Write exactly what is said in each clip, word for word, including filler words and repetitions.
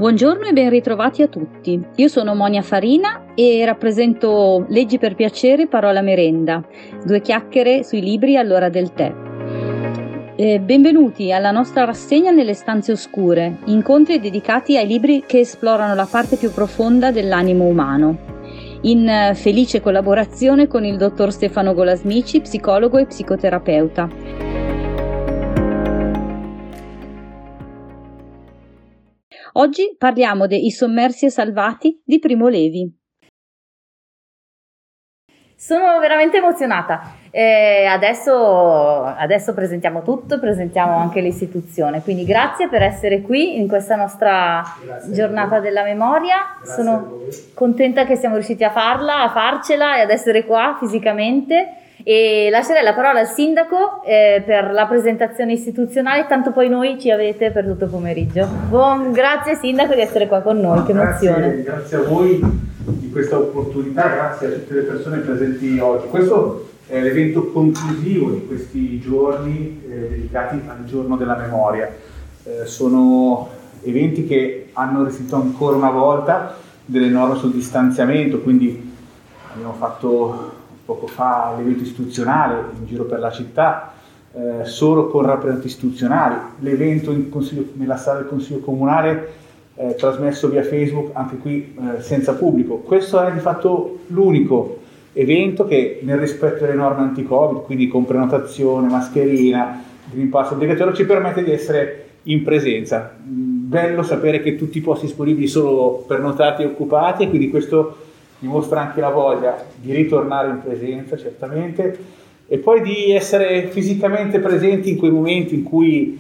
Buongiorno e ben ritrovati a tutti. Io sono Monia Farina e rappresento Leggi per piacere, parola merenda, due chiacchiere sui libri all'ora del tè. Eh, benvenuti alla nostra rassegna nelle stanze oscure, incontri dedicati ai libri che esplorano la parte più profonda dell'animo umano, in eh, felice collaborazione con il dottor Stefano Golasmici, psicologo e psicoterapeuta. Oggi parliamo de I sommersi e salvati di Primo Levi. Sono veramente emozionata. Eh, adesso, adesso presentiamo tutto, presentiamo anche l'istituzione. Quindi grazie per essere qui in questa nostra grazie giornata della memoria. Grazie. Sono contenta che siamo riusciti a farla, a farcela e ad essere qua fisicamente. E lascerei la parola al sindaco eh, per la presentazione istituzionale, tanto poi noi ci avete per tutto il pomeriggio. Buon, grazie sindaco di essere qua con noi, no, che emozione. Grazie, grazie a voi di questa opportunità, grazie a tutte le persone presenti oggi. Questo è l'evento conclusivo di questi giorni eh, dedicati al giorno della memoria. Eh, sono eventi che hanno risentito ancora una volta delle norme sul distanziamento, quindi abbiamo fatto poco fa l'evento istituzionale in giro per la città, eh, solo con rappresentanti istituzionali, l'evento in consiglio, nella sala del Consiglio Comunale eh, trasmesso via Facebook, anche qui eh, senza pubblico. Questo è di fatto l'unico evento che nel rispetto delle norme anti-Covid, quindi con prenotazione, mascherina, Green Pass obbligatorio, ci permette di essere in presenza. Bello sapere che tutti i posti disponibili sono prenotati e occupati, e quindi questo dimostra anche la voglia di ritornare in presenza, certamente, e poi di essere fisicamente presenti in quei momenti in cui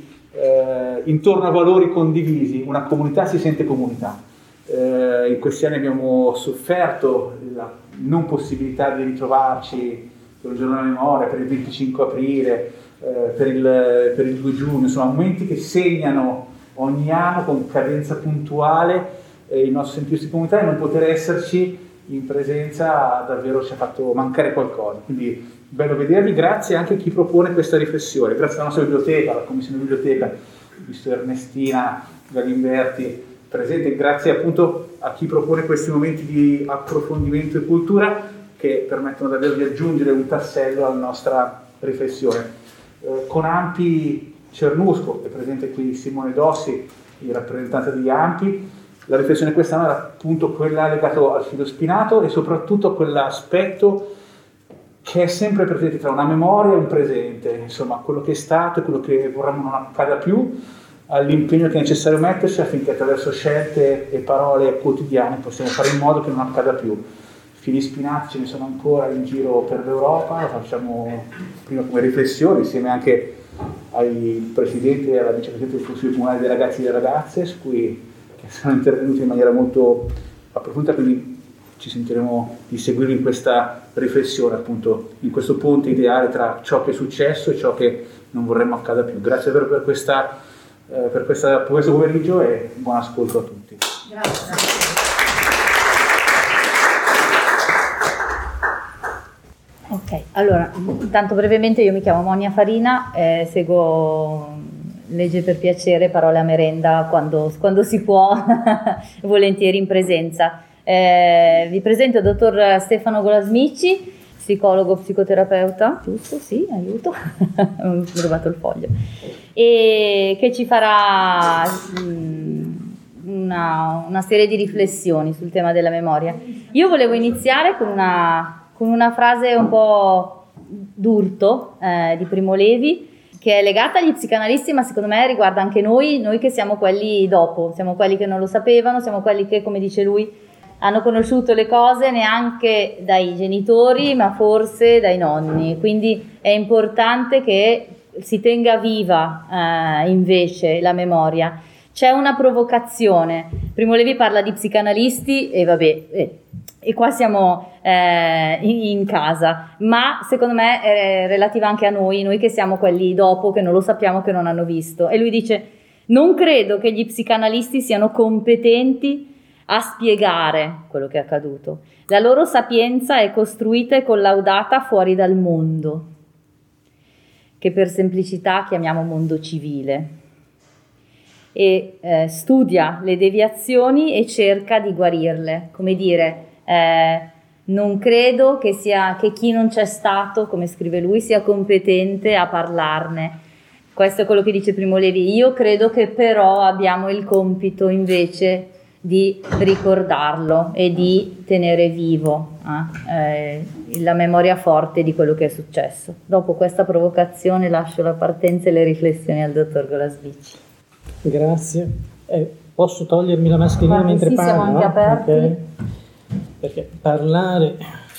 eh, intorno a valori condivisi una comunità si sente comunità. Eh, in questi anni abbiamo sofferto la non possibilità di ritrovarci per il giorno della memoria, per il venticinque aprile, eh, per, il, per il due giugno, insomma momenti che segnano ogni anno con cadenza puntuale eh, il nostro sentirsi comunità, e non poter esserci in presenza davvero ci ha fatto mancare qualcosa. Quindi bello vedervi, grazie anche a chi propone questa riflessione, grazie alla nostra biblioteca, alla commissione biblioteca, ho visto Ernestina Galimberti presente, grazie appunto a chi propone questi momenti di approfondimento e cultura che permettono davvero di aggiungere un tassello alla nostra riflessione. Eh, con Ampi Cernusco, è presente qui Simone Dossi, il rappresentante di Ampi. La riflessione quest'anno era appunto quella legata al filo spinato e soprattutto a quell'aspetto che è sempre presente tra una memoria e un presente, insomma quello che è stato e quello che vorremmo non accada più, all'impegno che è necessario mettersi affinché attraverso scelte e parole quotidiane possiamo fare in modo che non accada più. Fili spinati ce ne sono ancora in giro per l'Europa, lo facciamo prima come riflessione insieme anche ai presidenti e alla vicepresidente del Consiglio Comunale dei Ragazzi e delle Ragazze, su cui che sono intervenuti in maniera molto approfondita, quindi ci sentiremo di seguirvi in questa riflessione, appunto, in questo ponte ideale tra ciò che è successo e ciò che non vorremmo accada più. Grazie per, per, questa, eh, per, questa, per questo pomeriggio e buon ascolto a tutti. Grazie. Ok, allora, intanto brevemente io mi chiamo Monia Farina, eh, seguo Legge per piacere, parole a merenda quando, quando si può, volentieri in presenza. Eh, vi presento il dottor Stefano Golasmici, psicologo, psicoterapeuta, giusto? Sì, aiuto, ho rubato il foglio, e che ci farà mh, una, una serie di riflessioni sul tema della memoria. Io volevo iniziare con una, con una frase un po' d'urto eh, di Primo Levi, che è legata agli psicanalisti, ma secondo me riguarda anche noi, noi che siamo quelli dopo, siamo quelli che non lo sapevano, siamo quelli che, come dice lui, hanno conosciuto le cose neanche dai genitori, ma forse dai nonni. Quindi è importante che si tenga viva eh, invece la memoria. C'è una provocazione. Primo Levi parla di psicanalisti e vabbè, eh, e qua siamo eh, in, in casa, ma secondo me è relativa anche a noi, noi che siamo quelli dopo, che non lo sappiamo, che non hanno visto. E lui dice: non credo che gli psicanalisti siano competenti a spiegare quello che è accaduto. La loro sapienza è costruita e collaudata fuori dal mondo, che per semplicità chiamiamo mondo civile. e eh, studia le deviazioni e cerca di guarirle, come dire, eh, non credo che, sia, che chi non c'è stato, come scrive lui, sia competente a parlarne. Questo è quello che dice Primo Levi. Io credo che però abbiamo il compito invece di ricordarlo e di tenere vivo eh, eh, la memoria forte di quello che è successo. Dopo questa provocazione lascio la partenza e le riflessioni al dottor Golasvici. Grazie. Eh, posso togliermi la mascherina Guardi, mentre sì, parlo? siamo anche aperti. Okay. Perché parlare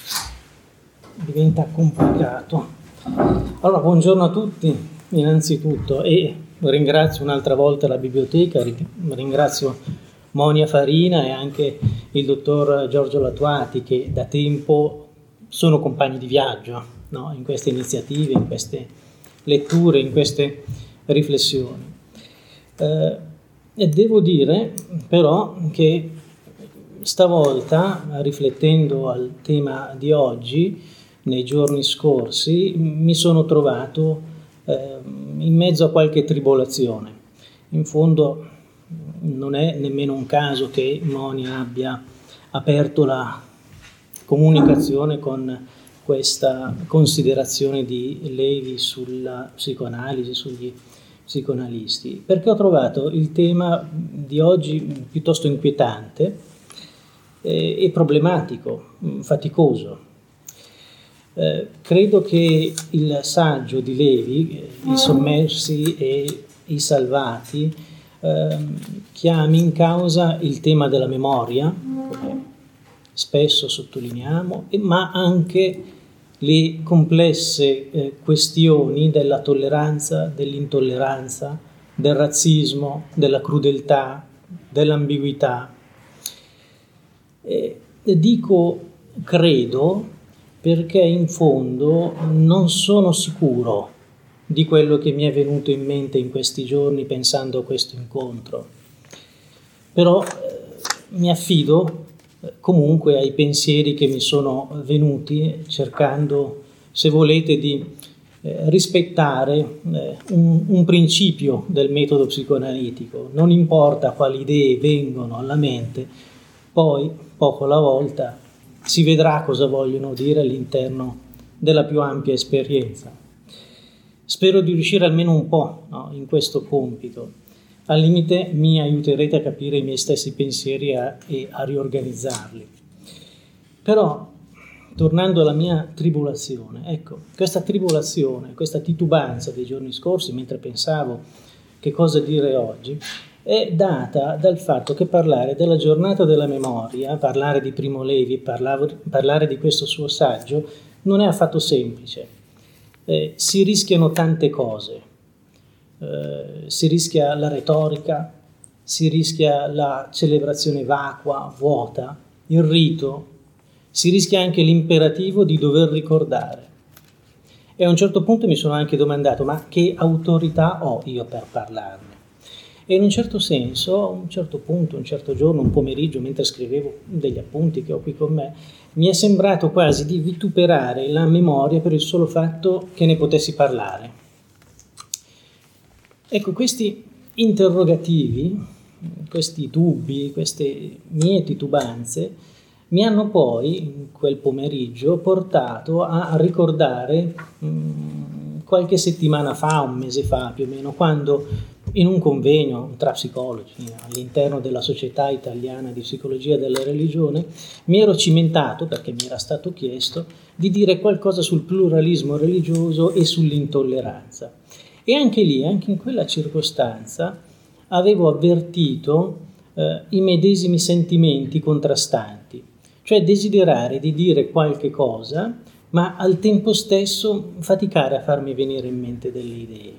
diventa complicato. Allora, buongiorno a tutti, innanzitutto, e ringrazio un'altra volta la biblioteca, ringrazio Monia Farina e anche il dottor Giorgio Latuati, che da tempo sono compagni di viaggio, no? In queste iniziative, in queste letture, in queste riflessioni. Eh, e devo dire però che stavolta, riflettendo al tema di oggi, nei giorni scorsi, mi sono trovato eh, in mezzo a qualche tribolazione. In fondo non è nemmeno un caso che Monia abbia aperto la comunicazione con questa considerazione di Levi sulla psicoanalisi, sugli psicoanalisti, perché ho trovato il tema di oggi piuttosto inquietante e problematico, faticoso. Eh, credo che il saggio di Levi, I sommersi e i salvati, eh, chiami in causa il tema della memoria, come spesso sottolineiamo, ma anche le complesse eh, questioni della tolleranza, dell'intolleranza, del razzismo, della crudeltà, dell'ambiguità. E dico credo perché in fondo non sono sicuro di quello che mi è venuto in mente in questi giorni pensando a questo incontro. Però eh, mi affido eh, comunque ai pensieri che mi sono venuti, cercando, se volete, di eh, rispettare eh, un, un principio del metodo psicoanalitico. Non importa quali idee vengono alla mente, poi, poco alla volta, si vedrà cosa vogliono dire all'interno della più ampia esperienza. Spero di riuscire almeno un po', no, in questo compito. Al limite mi aiuterete a capire i miei stessi pensieri a, e a riorganizzarli. Però, tornando alla mia tribolazione, ecco, questa tribolazione, questa titubanza dei giorni scorsi, mentre pensavo che cosa dire oggi, è data dal fatto che parlare della giornata della memoria, parlare di Primo Levi, parlavo, parlare di questo suo saggio, non è affatto semplice. Eh, si rischiano tante cose, eh, si rischia la retorica, si rischia la celebrazione vacua, vuota, il rito, si rischia anche l'imperativo di dover ricordare. E a un certo punto mi sono anche domandato, ma che autorità ho io per parlarne? E in un certo senso, a un certo punto, un certo giorno, un pomeriggio, mentre scrivevo degli appunti che ho qui con me, mi è sembrato quasi di vituperare la memoria per il solo fatto che ne potessi parlare. Ecco, questi interrogativi, questi dubbi, queste mie titubanze, mi hanno poi, in quel pomeriggio, portato a ricordare mh, qualche settimana fa, un mese fa più o meno, quando in un convegno tra psicologi all'interno della Società Italiana di Psicologia della Religione mi ero cimentato, perché mi era stato chiesto, di dire qualcosa sul pluralismo religioso e sull'intolleranza. E anche lì, anche in quella circostanza, avevo avvertito eh, i medesimi sentimenti contrastanti, cioè desiderare di dire qualche cosa, ma al tempo stesso faticare a farmi venire in mente delle idee.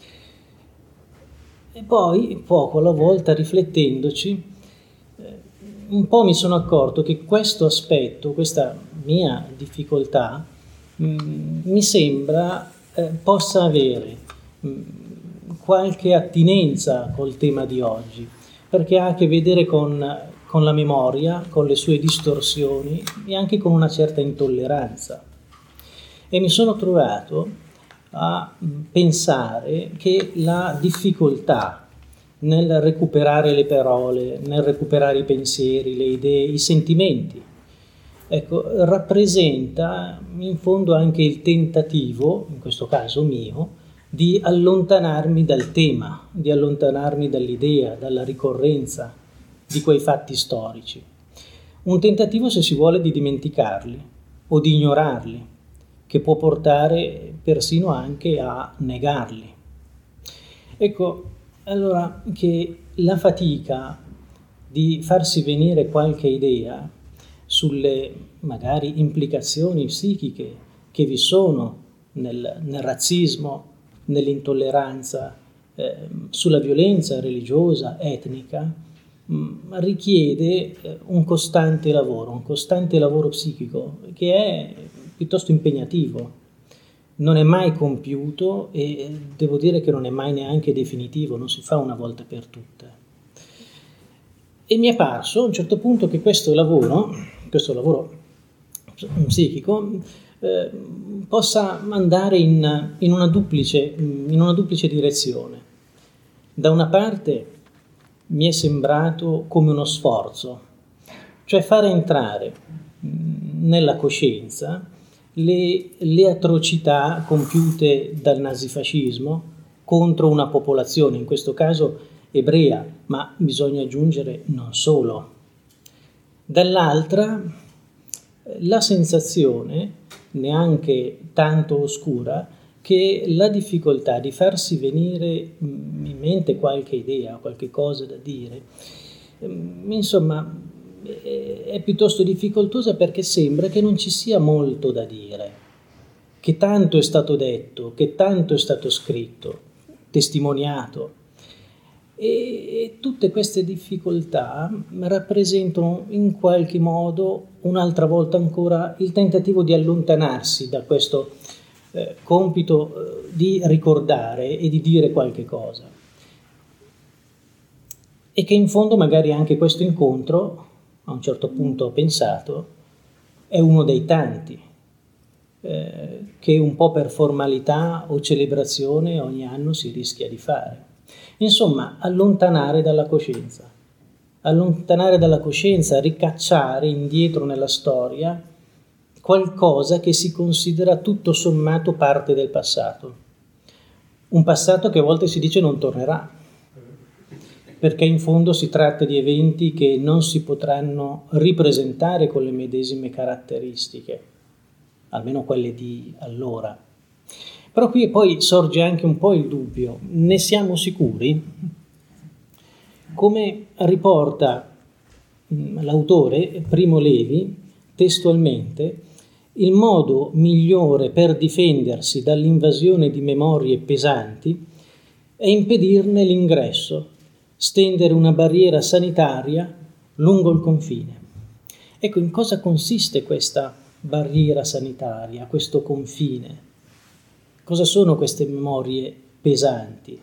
E poi, poco alla volta, riflettendoci, eh, un po' mi sono accorto che questo aspetto, questa mia difficoltà, mh, mi sembra eh, possa avere mh, qualche attinenza col tema di oggi, perché ha a che vedere con, con la memoria, con le sue distorsioni e anche con una certa intolleranza. E mi sono trovato a pensare che la difficoltà nel recuperare le parole, nel recuperare i pensieri, le idee, i sentimenti. Ecco, rappresenta in fondo anche il tentativo, in questo caso mio, di allontanarmi dal tema, di allontanarmi dall'idea, dalla ricorrenza di quei fatti storici. Un tentativo, se si vuole, di dimenticarli o di ignorarli, che può portare persino anche a negarli. Ecco, allora che la fatica di farsi venire qualche idea sulle magari implicazioni psichiche che vi sono nel, nel razzismo, nell'intolleranza, eh, sulla violenza religiosa, etnica, mh, richiede eh, un costante lavoro, un costante lavoro psichico che è piuttosto impegnativo. Non è mai compiuto e devo dire che non è mai neanche definitivo, non si fa una volta per tutte. E mi è parso a un certo punto che questo lavoro, questo lavoro psichico, eh, possa andare in, in, una duplice, in una duplice direzione. Da una parte mi è sembrato come uno sforzo, cioè fare entrare nella coscienza Le, le atrocità compiute dal nazifascismo contro una popolazione, in questo caso ebrea, ma bisogna aggiungere non solo. Dall'altra, la sensazione, neanche tanto oscura, che la difficoltà di farsi venire in mente qualche idea, qualche cosa da dire, insomma, è piuttosto difficoltosa perché sembra che non ci sia molto da dire, che tanto è stato detto, che tanto è stato scritto, testimoniato. E tutte queste difficoltà rappresentano in qualche modo, un'altra volta ancora, il tentativo di allontanarsi da questo eh, compito eh, di ricordare e di dire qualche cosa. E che in fondo magari anche questo incontro, a un certo punto ho pensato, è uno dei tanti eh, che un po' per formalità o celebrazione ogni anno si rischia di fare. Insomma, allontanare dalla coscienza, allontanare dalla coscienza, ricacciare indietro nella storia qualcosa che si considera tutto sommato parte del passato. Un passato che a volte si dice non tornerà, perché in fondo si tratta di eventi che non si potranno ripresentare con le medesime caratteristiche, almeno quelle di allora. Però qui poi sorge anche un po' il dubbio, ne siamo sicuri? Come riporta l'autore Primo Levi testualmente, il modo migliore per difendersi dall'invasione di memorie pesanti è impedirne l'ingresso, stendere una barriera sanitaria lungo il confine. Ecco, in cosa consiste questa barriera sanitaria, questo confine? Cosa sono queste memorie pesanti?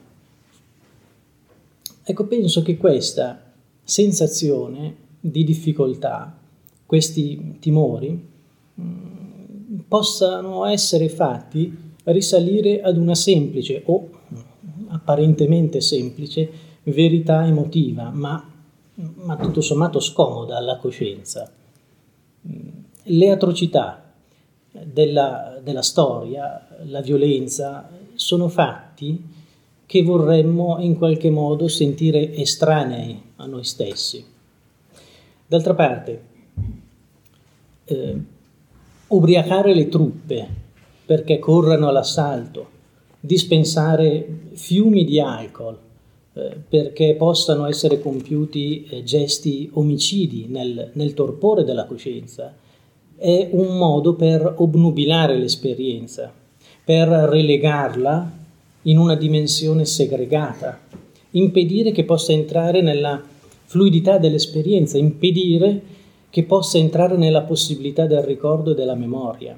Ecco, penso che questa sensazione di difficoltà, questi timori, mh, possano essere fatti risalire ad una semplice o apparentemente semplice verità emotiva, ma, ma tutto sommato scomoda alla coscienza. Le atrocità della, della storia, la violenza, sono fatti che vorremmo in qualche modo sentire estranei a noi stessi. D'altra parte, eh, ubriacare le truppe perché corrano all'assalto, dispensare fiumi di alcol perché possano essere compiuti eh, gesti omicidi nel, nel torpore della coscienza, è un modo per obnubilare l'esperienza, per relegarla in una dimensione segregata, impedire che possa entrare nella fluidità dell'esperienza, impedire che possa entrare nella possibilità del ricordo e della memoria.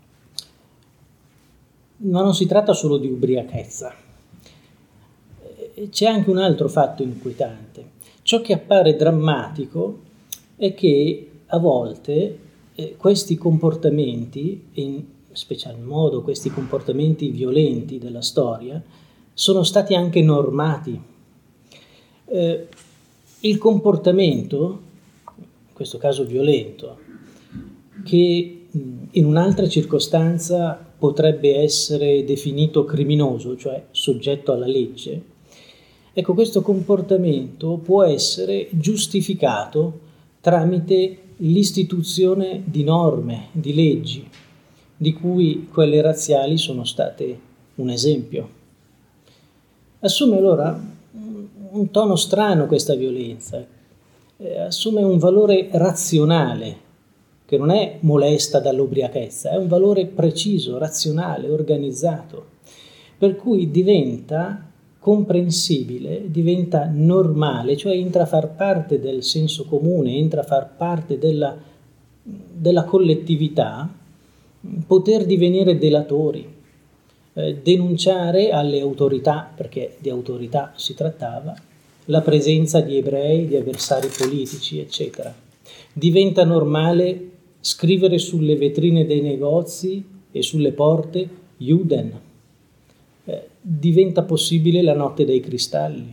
Ma non si tratta solo di ubriachezza. C'è anche un altro fatto inquietante. Ciò che appare drammatico è che a volte eh, questi comportamenti, in special modo questi comportamenti violenti della storia, sono stati anche normati. eh, il comportamento, in questo caso violento, che in un'altra circostanza potrebbe essere definito criminoso, cioè soggetto alla legge, ecco, questo comportamento può essere giustificato tramite l'istituzione di norme, di leggi, di cui quelle razziali sono state un esempio. Assume allora un tono strano questa violenza, eh, assume un valore razionale, che non è molesta dall'ubriachezza, è un valore preciso, razionale, organizzato, per cui diventa comprensibile, diventa normale, cioè entra a far parte del senso comune, entra a far parte della, della collettività, poter divenire delatori, eh, denunciare alle autorità, perché di autorità si trattava, la presenza di ebrei, di avversari politici, eccetera. Diventa normale scrivere sulle vetrine dei negozi e sulle porte Juden. Eh, diventa possibile la notte dei cristalli.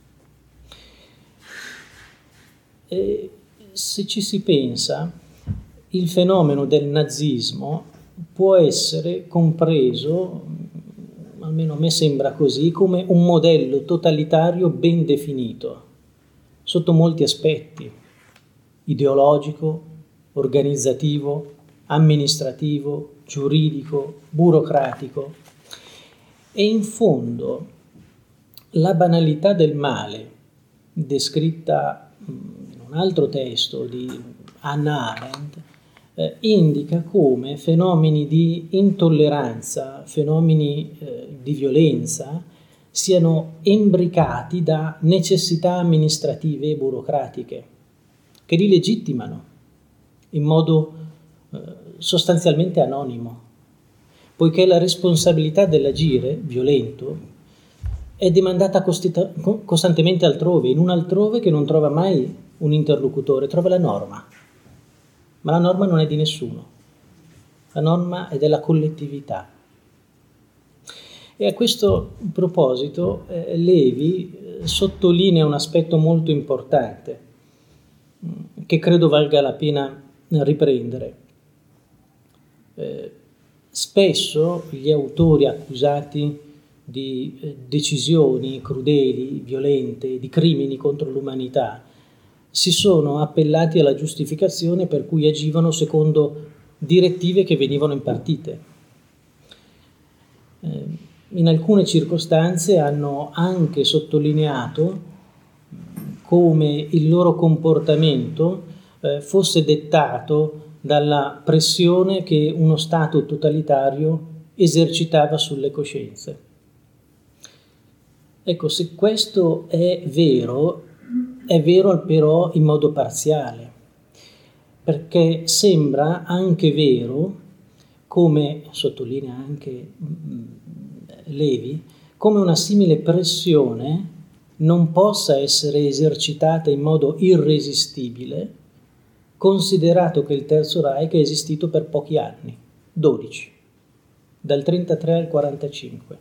E se ci si pensa, il fenomeno del nazismo può essere compreso, almeno a me sembra così, come un modello totalitario ben definito, sotto molti aspetti, ideologico, organizzativo, amministrativo, giuridico, burocratico. E in fondo la banalità del male, descritta in un altro testo di Hannah Arendt, eh, indica come fenomeni di intolleranza, fenomeni eh, di violenza siano imbricati da necessità amministrative e burocratiche che li legittimano in modo eh, sostanzialmente anonimo, poiché la responsabilità dell'agire violento è demandata costita- costantemente altrove, in un altrove che non trova mai un interlocutore, trova la norma. Ma la norma non è di nessuno, la norma è della collettività. E a questo proposito eh, Levi eh, sottolinea un aspetto molto importante mh, che credo valga la pena riprendere. Eh, spesso gli autori accusati di eh, decisioni crudeli, violente, di crimini contro l'umanità si sono appellati alla giustificazione per cui agivano secondo direttive che venivano impartite. Eh, in alcune circostanze hanno anche sottolineato come il loro comportamento eh, fosse dettato dalla pressione che uno Stato totalitario esercitava sulle coscienze. Ecco, se questo è vero, è vero però in modo parziale, perché sembra anche vero, come sottolinea anche Levi, come una simile pressione non possa essere esercitata in modo irresistibile, considerato che il Terzo Reich è esistito per pochi anni, dodici, dal trentatré al quarantacinque.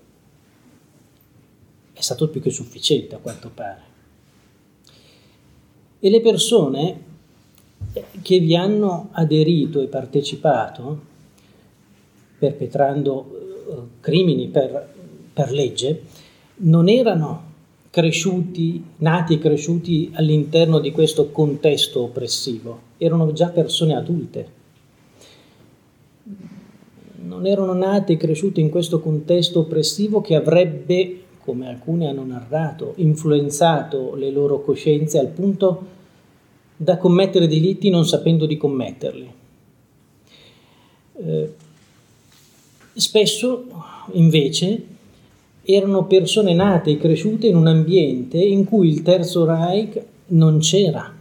È stato più che sufficiente, a quanto pare. E le persone che vi hanno aderito e partecipato, perpetrando uh, crimini per, per legge, non erano cresciuti, nati e cresciuti all'interno di questo contesto oppressivo, erano già persone adulte. Non erano nati e cresciuti in questo contesto oppressivo che avrebbe, come alcuni hanno narrato, influenzato le loro coscienze al punto da commettere delitti non sapendo di commetterli. Eh, spesso, invece, erano persone nate e cresciute in un ambiente in cui il Terzo Reich non c'era.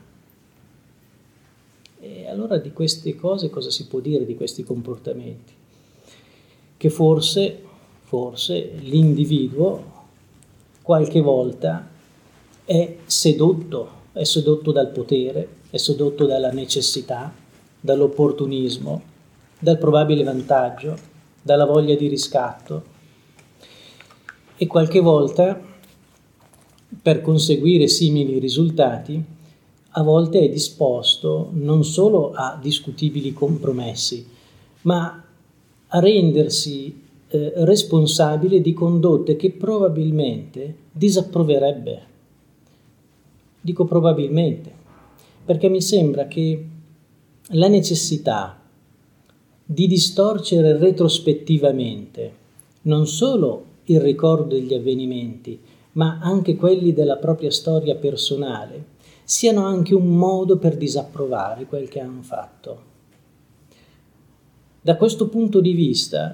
E allora di queste cose cosa si può dire, di questi comportamenti? Che forse, forse l'individuo qualche volta è sedotto, è sedotto dal potere, è sedotto dalla necessità, dall'opportunismo, dal probabile vantaggio, dalla voglia di riscatto, e qualche volta per conseguire simili risultati, a volte è disposto non solo a discutibili compromessi, ma a rendersi eh, responsabile di condotte che probabilmente disapproverebbe. Dico probabilmente, perché mi sembra che la necessità di distorcere retrospettivamente non solo il ricordo degli avvenimenti, ma anche quelli della propria storia personale, siano anche un modo per disapprovare quel che hanno fatto. Da questo punto di vista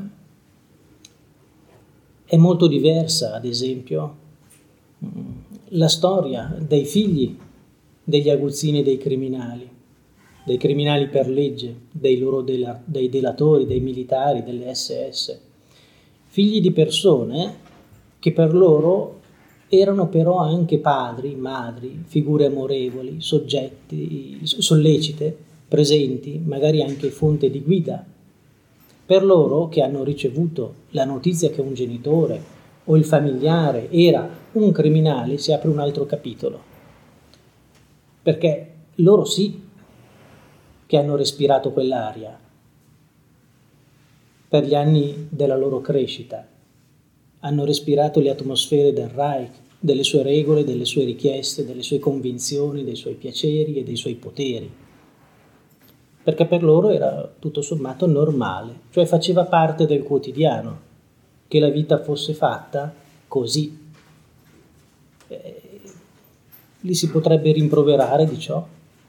è molto diversa, ad esempio, la storia dei figli degli aguzzini e dei criminali, dei criminali per legge, dei loro dela, dei delatori, dei militari, delle esse esse, figli di persone che per loro erano però anche padri, madri, figure amorevoli, soggetti, sollecite, presenti, magari anche fonte di guida. Per loro che hanno ricevuto la notizia che un genitore o il familiare era un criminale, si apre un altro capitolo. Perché loro sì che hanno respirato quell'aria per gli anni della loro crescita, hanno respirato le atmosfere del Reich, delle sue regole, delle sue richieste, delle sue convinzioni, dei suoi piaceri e dei suoi poteri. Perché per loro era tutto sommato normale, cioè faceva parte del quotidiano, che la vita fosse fatta così. Eh, li si potrebbe rimproverare di ciò,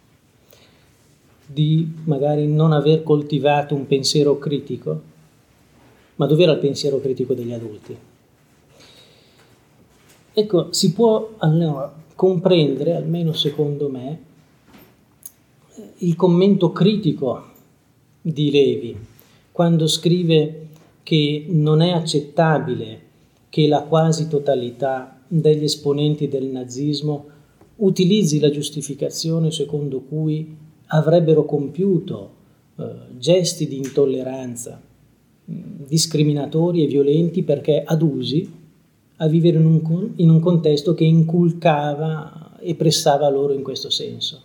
di magari non aver coltivato un pensiero critico, ma dov'era il pensiero critico degli adulti? Ecco, si può allora comprendere, almeno secondo me, il commento critico di Levi, quando scrive che non è accettabile che la quasi totalità degli esponenti del nazismo utilizzi la giustificazione secondo cui avrebbero compiuto eh, gesti di intolleranza, discriminatori e violenti perché adusi a vivere in un, in un contesto che inculcava e pressava loro in questo senso.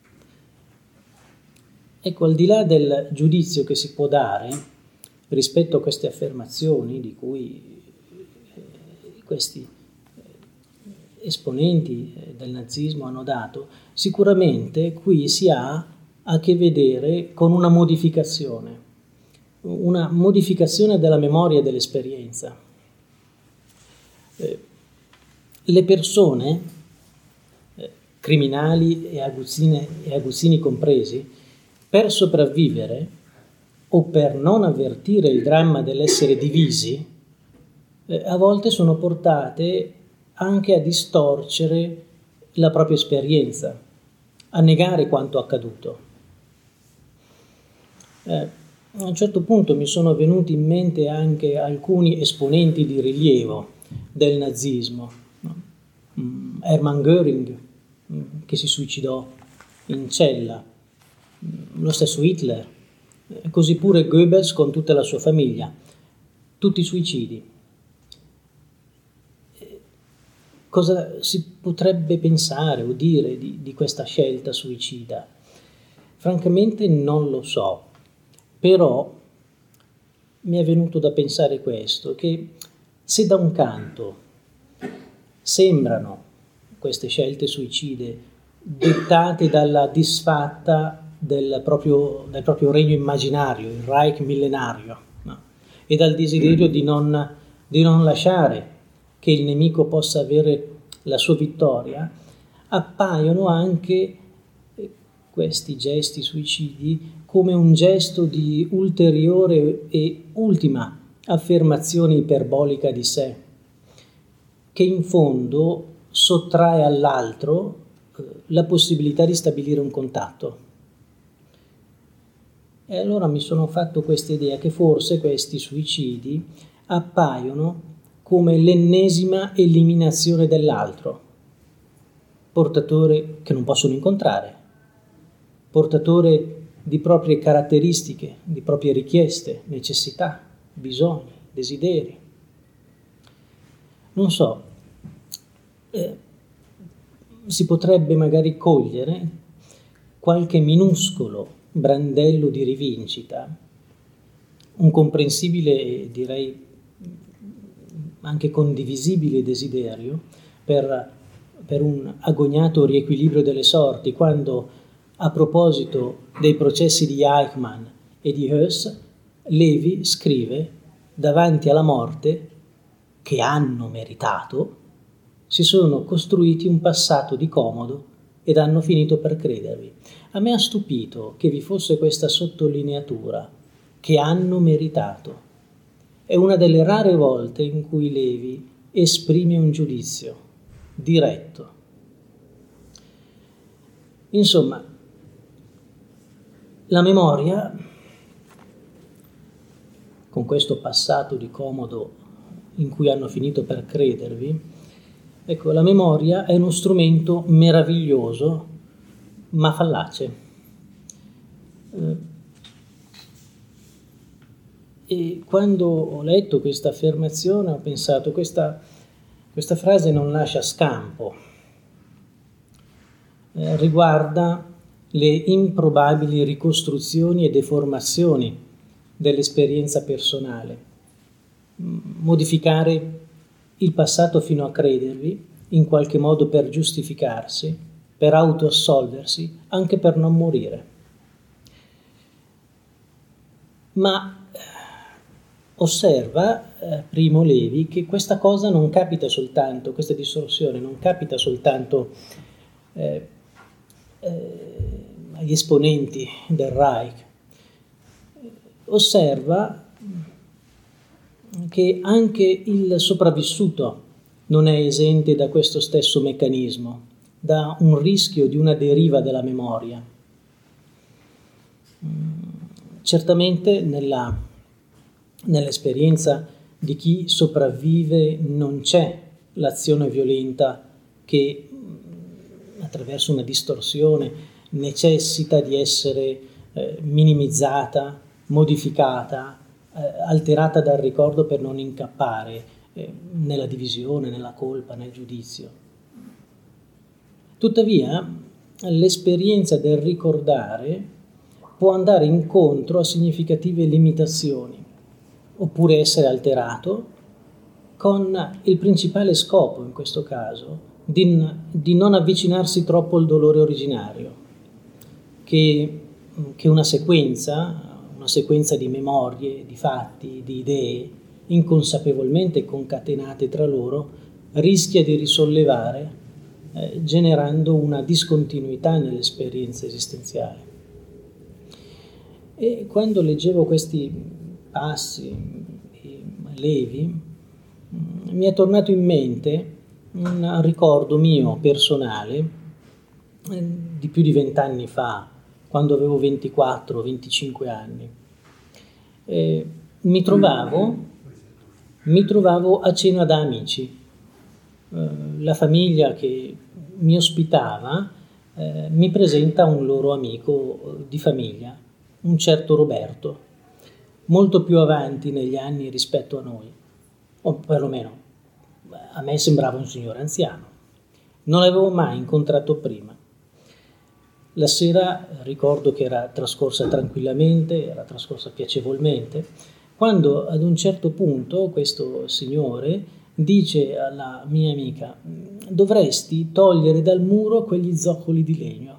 Ecco, al di là del giudizio che si può dare rispetto a queste affermazioni di cui eh, questi eh, esponenti del nazismo hanno dato, sicuramente qui si ha a che vedere con una modificazione, una modificazione della memoria e dell'esperienza. Eh, le persone, eh, criminali e aguzzine, e aguzzini compresi, per sopravvivere o per non avvertire il dramma dell'essere divisi, eh, a volte sono portate anche a distorcere la propria esperienza, a negare quanto accaduto. Eh, a un certo punto mi sono venuti in mente anche alcuni esponenti di rilievo del nazismo, no? Hermann Göring, che si suicidò in cella, lo stesso Hitler, così pure Goebbels con tutta la sua famiglia, tutti suicidi. Cosa si potrebbe pensare o dire di, di questa scelta suicida? Francamente non lo so, però mi è venuto da pensare questo, che se da un canto sembrano queste scelte suicide dettate dalla disfatta del proprio, del proprio regno immaginario, il Reich millenario, no? E dal desiderio di non, di non lasciare che il nemico possa avere la sua vittoria, appaiono anche questi gesti suicidi come un gesto di ulteriore e ultima affermazione iperbolica di sé, che in fondo sottrae all'altro eh, la possibilità di stabilire un contatto. E allora mi sono fatto questa idea che forse questi suicidi appaiono come l'ennesima eliminazione dell'altro, portatore che non possono incontrare, portatore di proprie caratteristiche, di proprie richieste, necessità, bisogni, desideri. Non so, eh, si potrebbe magari cogliere qualche minuscolo brandello di rivincita, un comprensibile, direi anche condivisibile desiderio per, per un agognato riequilibrio delle sorti, quando a proposito dei processi di Eichmann e di Heuss, Levi scrive: davanti alla morte, che hanno meritato, si sono costruiti un passato di comodo ed hanno finito per credervi. A me ha stupito che vi fosse questa sottolineatura, che hanno meritato. È una delle rare volte in cui Levi esprime un giudizio diretto. Insomma, la memoria, con questo passato di comodo in cui hanno finito per credervi, ecco, la memoria è uno strumento meraviglioso, ma fallace. Eh, e quando ho letto questa affermazione ho pensato, questa, questa frase non lascia scampo, eh, riguarda le improbabili ricostruzioni e deformazioni dell'esperienza personale. Modificare il passato fino a credervi, in qualche modo per giustificarsi, per autoassolversi, anche per non morire. Ma osserva, eh, Primo Levi, che questa cosa non capita soltanto, questa distorsione non capita soltanto eh, eh, agli esponenti del Reich. Osserva che anche il sopravvissuto non è esente da questo stesso meccanismo, da un rischio di una deriva della memoria. Certamente nella Nell'esperienza di chi sopravvive non c'è l'azione violenta che, attraverso una distorsione, necessita di essere eh, minimizzata, modificata, eh, alterata dal ricordo per non incappare eh, nella divisione, nella colpa, nel giudizio. Tuttavia, l'esperienza del ricordare può andare incontro a significative limitazioni, oppure essere alterato, con il principale scopo, in questo caso, di, di non avvicinarsi troppo al dolore originario, che, che una sequenza, una sequenza di memorie, di fatti, di idee, inconsapevolmente concatenate tra loro, rischia di risollevare, eh, generando una discontinuità nell'esperienza esistenziale. E quando leggevo questi passi di Levi, mi è tornato in mente un ricordo mio personale di più di vent'anni fa, quando avevo ventiquattro venticinque anni. Eh, mi trovavo, mi trovavo a cena da amici. Eh, la famiglia che mi ospitava eh, mi presenta un loro amico di famiglia, un certo Roberto, molto più avanti negli anni rispetto a noi, o perlomeno a me sembrava un signore anziano. Non l'avevo mai incontrato prima. La sera ricordo che era trascorsa tranquillamente, era trascorsa piacevolmente, quando ad un certo punto questo signore dice alla mia amica: dovresti togliere dal muro quegli zoccoli di legno.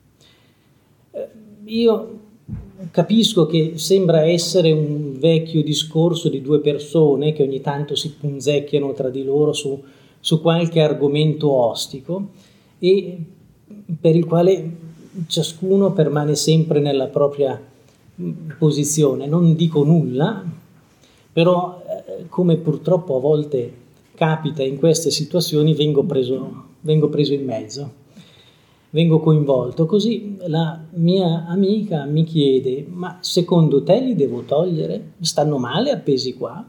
Io capisco che sembra essere un vecchio discorso di due persone che ogni tanto si punzecchiano tra di loro su, su qualche argomento ostico e per il quale ciascuno permane sempre nella propria posizione. Non dico nulla, però eh, come purtroppo a volte capita in queste situazioni, vengo preso, vengo preso in mezzo. Vengo coinvolto. Così la mia amica mi chiede: ma secondo te li devo togliere? Stanno male appesi qua?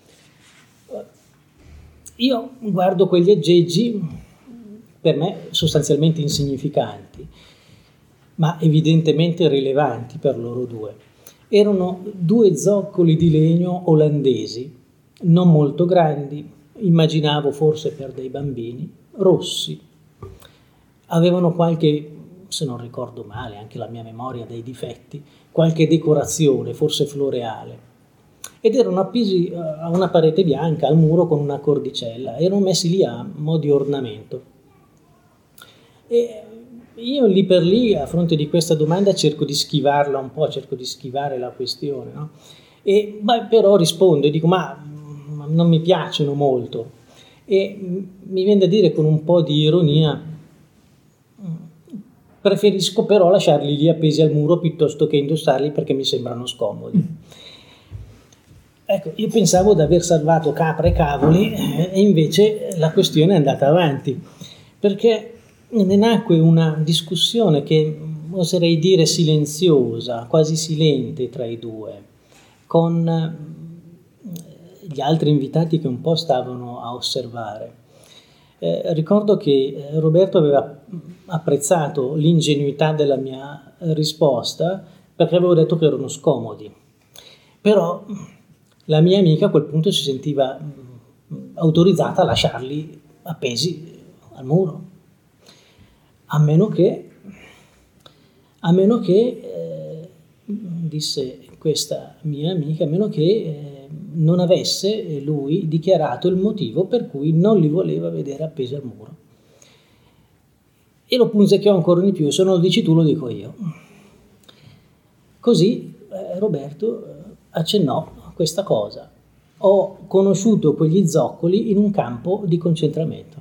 Io guardo quegli aggeggi, per me sostanzialmente insignificanti, ma evidentemente rilevanti per loro due. Erano due zoccoli di legno olandesi, non molto grandi, immaginavo forse per dei bambini, rossi. avevano qualche, se non ricordo male, anche la mia memoria dei difetti, qualche decorazione, forse floreale, ed erano appesi a una parete bianca, al muro con una cordicella, erano messi lì a mo' di ornamento. E io lì per lì, a fronte di questa domanda, cerco di schivarla un po', cerco di schivare la questione, no? E beh, però rispondo e dico, ma, ma non mi piacciono molto. E mi viene da dire con un po' di ironia, preferisco però lasciarli lì appesi al muro piuttosto che indossarli perché mi sembrano scomodi. Ecco, io pensavo di aver salvato capra e cavoli e invece la questione è andata avanti, perché ne nacque una discussione che oserei dire silenziosa, quasi silente tra i due, con gli altri invitati che un po' stavano a osservare. Eh, ricordo che Roberto aveva apprezzato l'ingenuità della mia risposta perché avevo detto che erano scomodi, però la mia amica a quel punto si sentiva autorizzata a lasciarli appesi al muro, a meno che, a meno che eh, disse questa mia amica, a meno che eh, non avesse lui dichiarato il motivo per cui non li voleva vedere appesi al muro. E lo punzecchiò ancora di più, se non lo dici tu lo dico io. Così eh, Roberto accennò a questa cosa. Ho conosciuto quegli zoccoli in un campo di concentramento.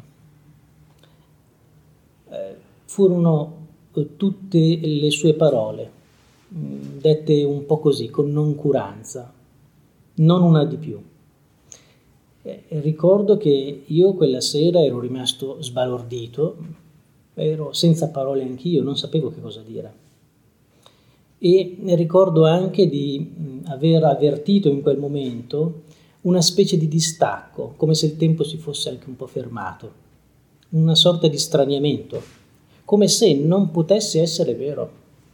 Eh, furono eh, tutte le sue parole, mh, dette un po' così, con noncuranza, non una di più. Eh, ricordo che io quella sera ero rimasto sbalordito, ero senza parole anch'io, non sapevo che cosa dire. E ricordo anche di aver avvertito in quel momento una specie di distacco, come se il tempo si fosse anche un po' fermato, una sorta di straniamento, come se non potesse essere vero.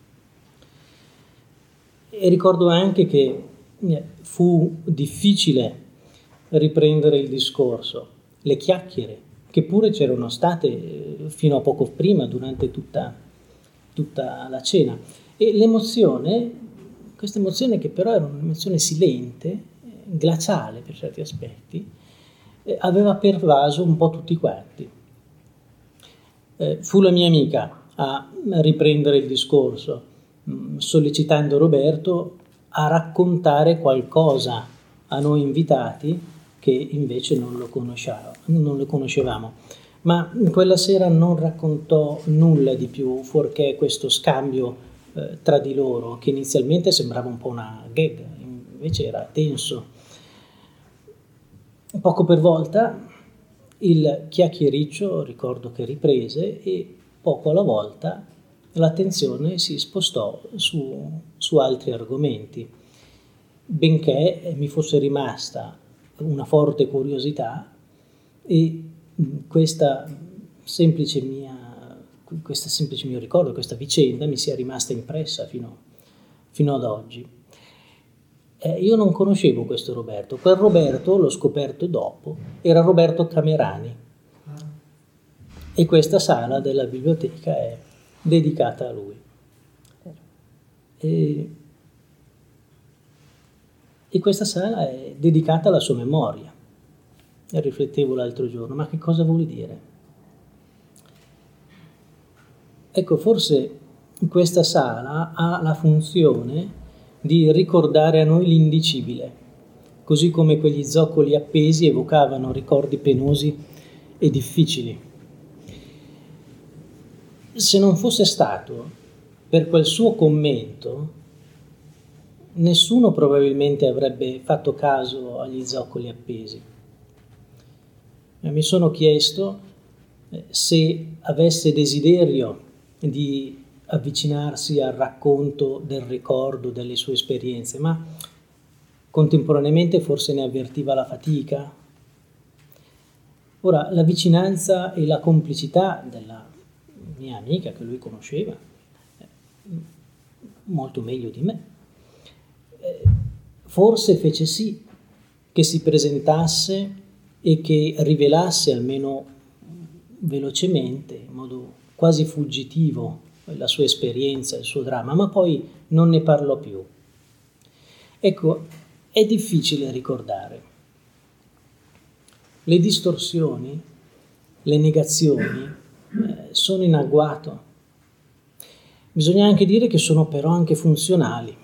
E ricordo anche che fu difficile riprendere il discorso, le chiacchiere, che pure c'erano state fino a poco prima, durante tutta, tutta la cena. E l'emozione, questa emozione che però era un'emozione silente, glaciale per certi aspetti, eh, aveva pervaso un po' tutti quanti. Eh, fu la mia amica a riprendere il discorso, mh, sollecitando Roberto a raccontare qualcosa a noi invitati che invece non lo conoscevamo, non lo conoscevamo. Ma quella sera non raccontò nulla di più fuorché questo scambio eh, tra di loro, che inizialmente sembrava un po' una gag, invece era tenso. Poco per volta il chiacchiericcio ricordo che riprese e poco alla volta l'attenzione si spostò su, su altri argomenti, benché mi fosse rimasta una forte curiosità e questa semplice mia, questo semplice mio ricordo, questa vicenda mi sia rimasta impressa fino, fino ad oggi. Eh, io non conoscevo questo Roberto, quel Roberto, l'ho scoperto dopo, era Roberto Camerani e questa sala della biblioteca è dedicata a lui. E, e questa sala è dedicata alla sua memoria. E riflettevo l'altro giorno, ma che cosa vuol dire? Ecco, forse questa sala ha la funzione di ricordare a noi l'indicibile, così come quegli zoccoli appesi evocavano ricordi penosi e difficili. Se non fosse stato per quel suo commento, nessuno probabilmente avrebbe fatto caso agli zoccoli appesi. Mi sono chiesto se avesse desiderio di avvicinarsi al racconto del ricordo delle sue esperienze, ma contemporaneamente forse ne avvertiva la fatica. Ora, la vicinanza e la complicità della mia amica, che lui conosceva molto meglio di me, forse fece sì che si presentasse e che rivelasse almeno velocemente, in modo quasi fuggitivo la sua esperienza, il suo dramma, ma poi non ne parlò più. Ecco, è difficile ricordare. Le distorsioni, le negazioni eh, sono in agguato. Bisogna anche dire che sono però anche funzionali,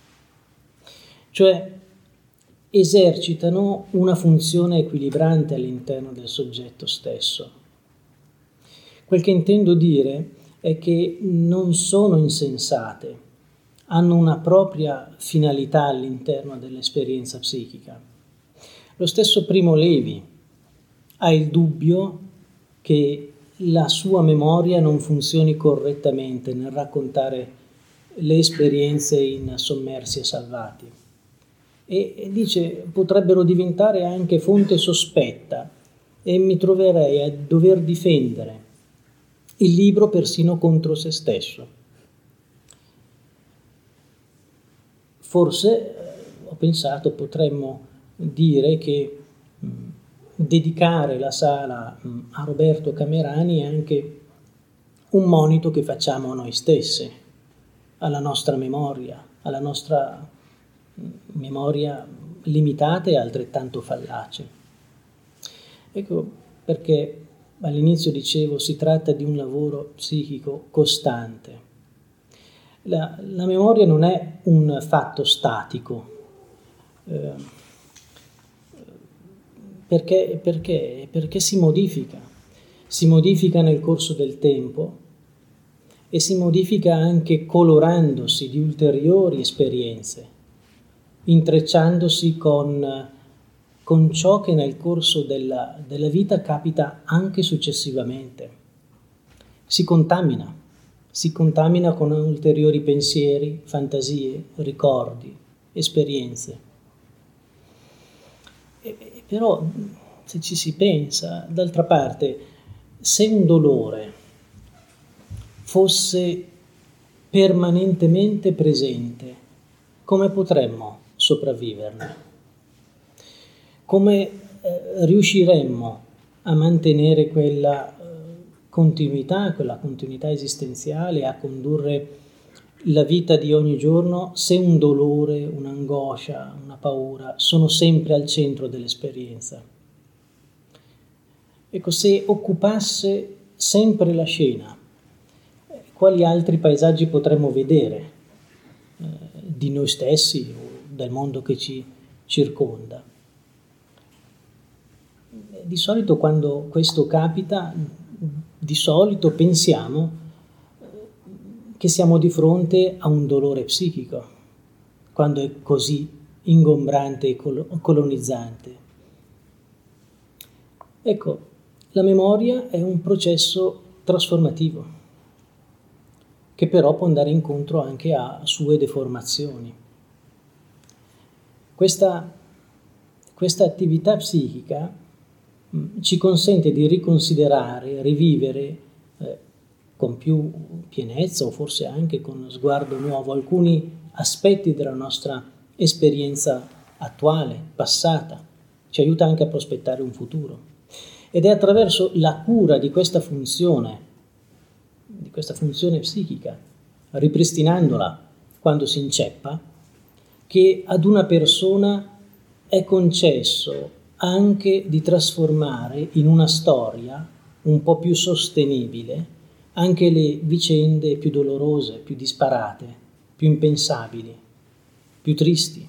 cioè esercitano una funzione equilibrante all'interno del soggetto stesso. Quel che intendo dire è che non sono insensate, hanno una propria finalità all'interno dell'esperienza psichica. Lo stesso Primo Levi ha il dubbio che la sua memoria non funzioni correttamente nel raccontare le esperienze in Sommersi e Salvati. E dice, potrebbero diventare anche fonte sospetta e mi troverei a dover difendere il libro persino contro se stesso. Forse, eh, ho pensato, potremmo dire che mh, dedicare la sala mh, a Roberto Camerani è anche un monito che facciamo a noi stessi, alla nostra memoria, alla nostra mh, memoria limitata e altrettanto fallace. Ecco perché all'inizio dicevo, si tratta di un lavoro psichico costante. La, la memoria non è un fatto statico, eh, perché, perché, perché si modifica, si modifica nel corso del tempo e si modifica anche colorandosi di ulteriori esperienze, intrecciandosi con, con ciò che nel corso della, della vita capita anche successivamente. Si contamina. Si contamina con ulteriori pensieri, fantasie, ricordi, esperienze. E, però, se ci si pensa, d'altra parte, se un dolore fosse permanentemente presente, come potremmo sopravviverne? Come eh, riusciremmo a mantenere quella continuità, quella continuità esistenziale, a condurre la vita di ogni giorno se un dolore, un'angoscia, una paura sono sempre al centro dell'esperienza? Ecco, se occupasse sempre la scena, quali altri paesaggi potremmo vedere eh, di noi stessi o del mondo che ci circonda? Di solito quando questo capita, di solito pensiamo che siamo di fronte a un dolore psichico, quando è così ingombrante e colonizzante. Ecco, la memoria è un processo trasformativo, che però può andare incontro anche a sue deformazioni. Questa, questa attività psichica ci consente di riconsiderare, rivivere eh, con più pienezza o forse anche con sguardo nuovo alcuni aspetti della nostra esperienza attuale, passata, ci aiuta anche a prospettare un futuro. Ed è attraverso la cura di questa funzione, di questa funzione psichica, ripristinandola quando si inceppa, che ad una persona è concesso anche di trasformare in una storia un po' più sostenibile anche le vicende più dolorose, più disparate, più impensabili, più tristi.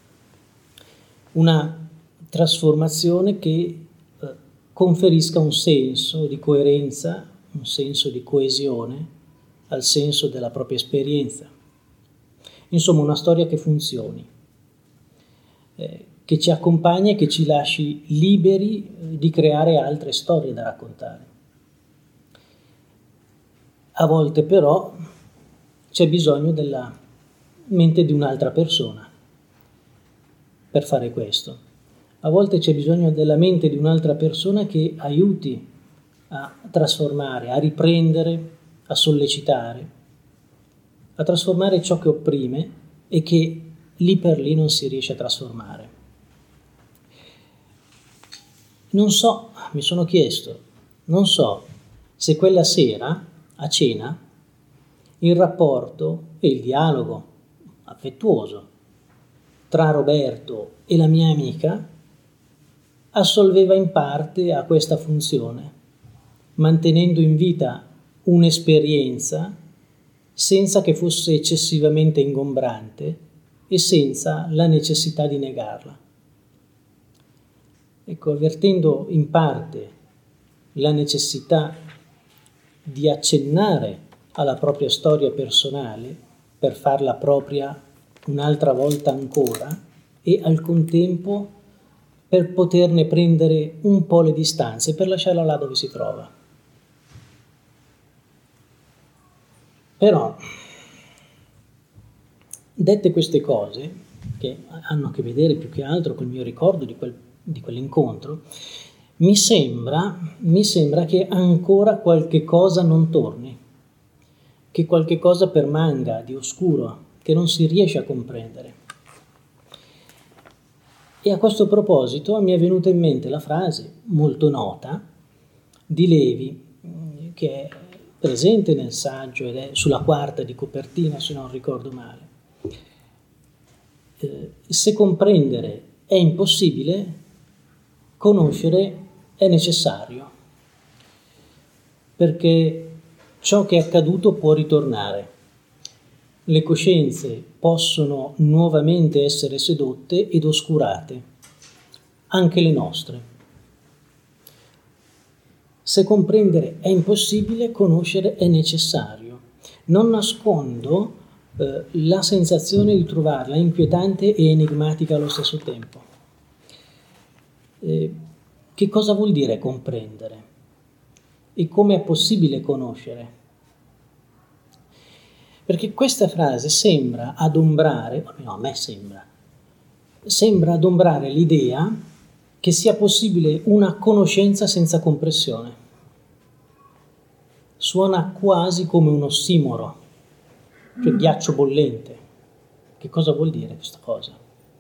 Una trasformazione che eh, conferisca un senso di coerenza, un senso di coesione al senso della propria esperienza. Insomma, una storia che funzioni, eh, che ci accompagna e che ci lasci liberi di creare altre storie da raccontare. A volte però c'è bisogno della mente di un'altra persona per fare questo. A volte c'è bisogno della mente di un'altra persona che aiuti a trasformare, a riprendere, a sollecitare, a trasformare ciò che opprime e che lì per lì non si riesce a trasformare. Non so, mi sono chiesto, non so se quella sera a cena, il rapporto e il dialogo affettuoso tra Roberto e la mia amica assolveva in parte a questa funzione, mantenendo in vita un'esperienza senza che fosse eccessivamente ingombrante e senza la necessità di negarla. Ecco, avvertendo in parte la necessità di accennare alla propria storia personale per farla propria un'altra volta ancora e al contempo per poterne prendere un po' le distanze, per lasciarla là dove si trova. Però, dette queste cose, che hanno a che vedere più che altro col mio ricordo di, quel, di quell'incontro, mi sembra, mi sembra che ancora qualche cosa non torni, che qualche cosa permanga di oscuro, che non si riesce a comprendere. E a questo proposito mi è venuta in mente la frase molto nota di Levi, che è presente nel saggio ed è sulla quarta di copertina, se non ricordo male. Eh, se comprendere è impossibile, conoscere è necessario, perché ciò che è accaduto può ritornare. Le coscienze possono nuovamente essere sedotte ed oscurate, anche le nostre. Se comprendere è impossibile, conoscere è necessario. Non nascondo eh, la sensazione di trovarla inquietante e enigmatica allo stesso tempo. Eh, che cosa vuol dire comprendere? E come è possibile conoscere? Perché questa frase sembra adombrare, no, a me sembra, sembra adombrare l'idea che sia possibile una conoscenza senza compressione. Suona quasi come un ossimoro, cioè ghiaccio bollente. Che cosa vuol dire questa cosa?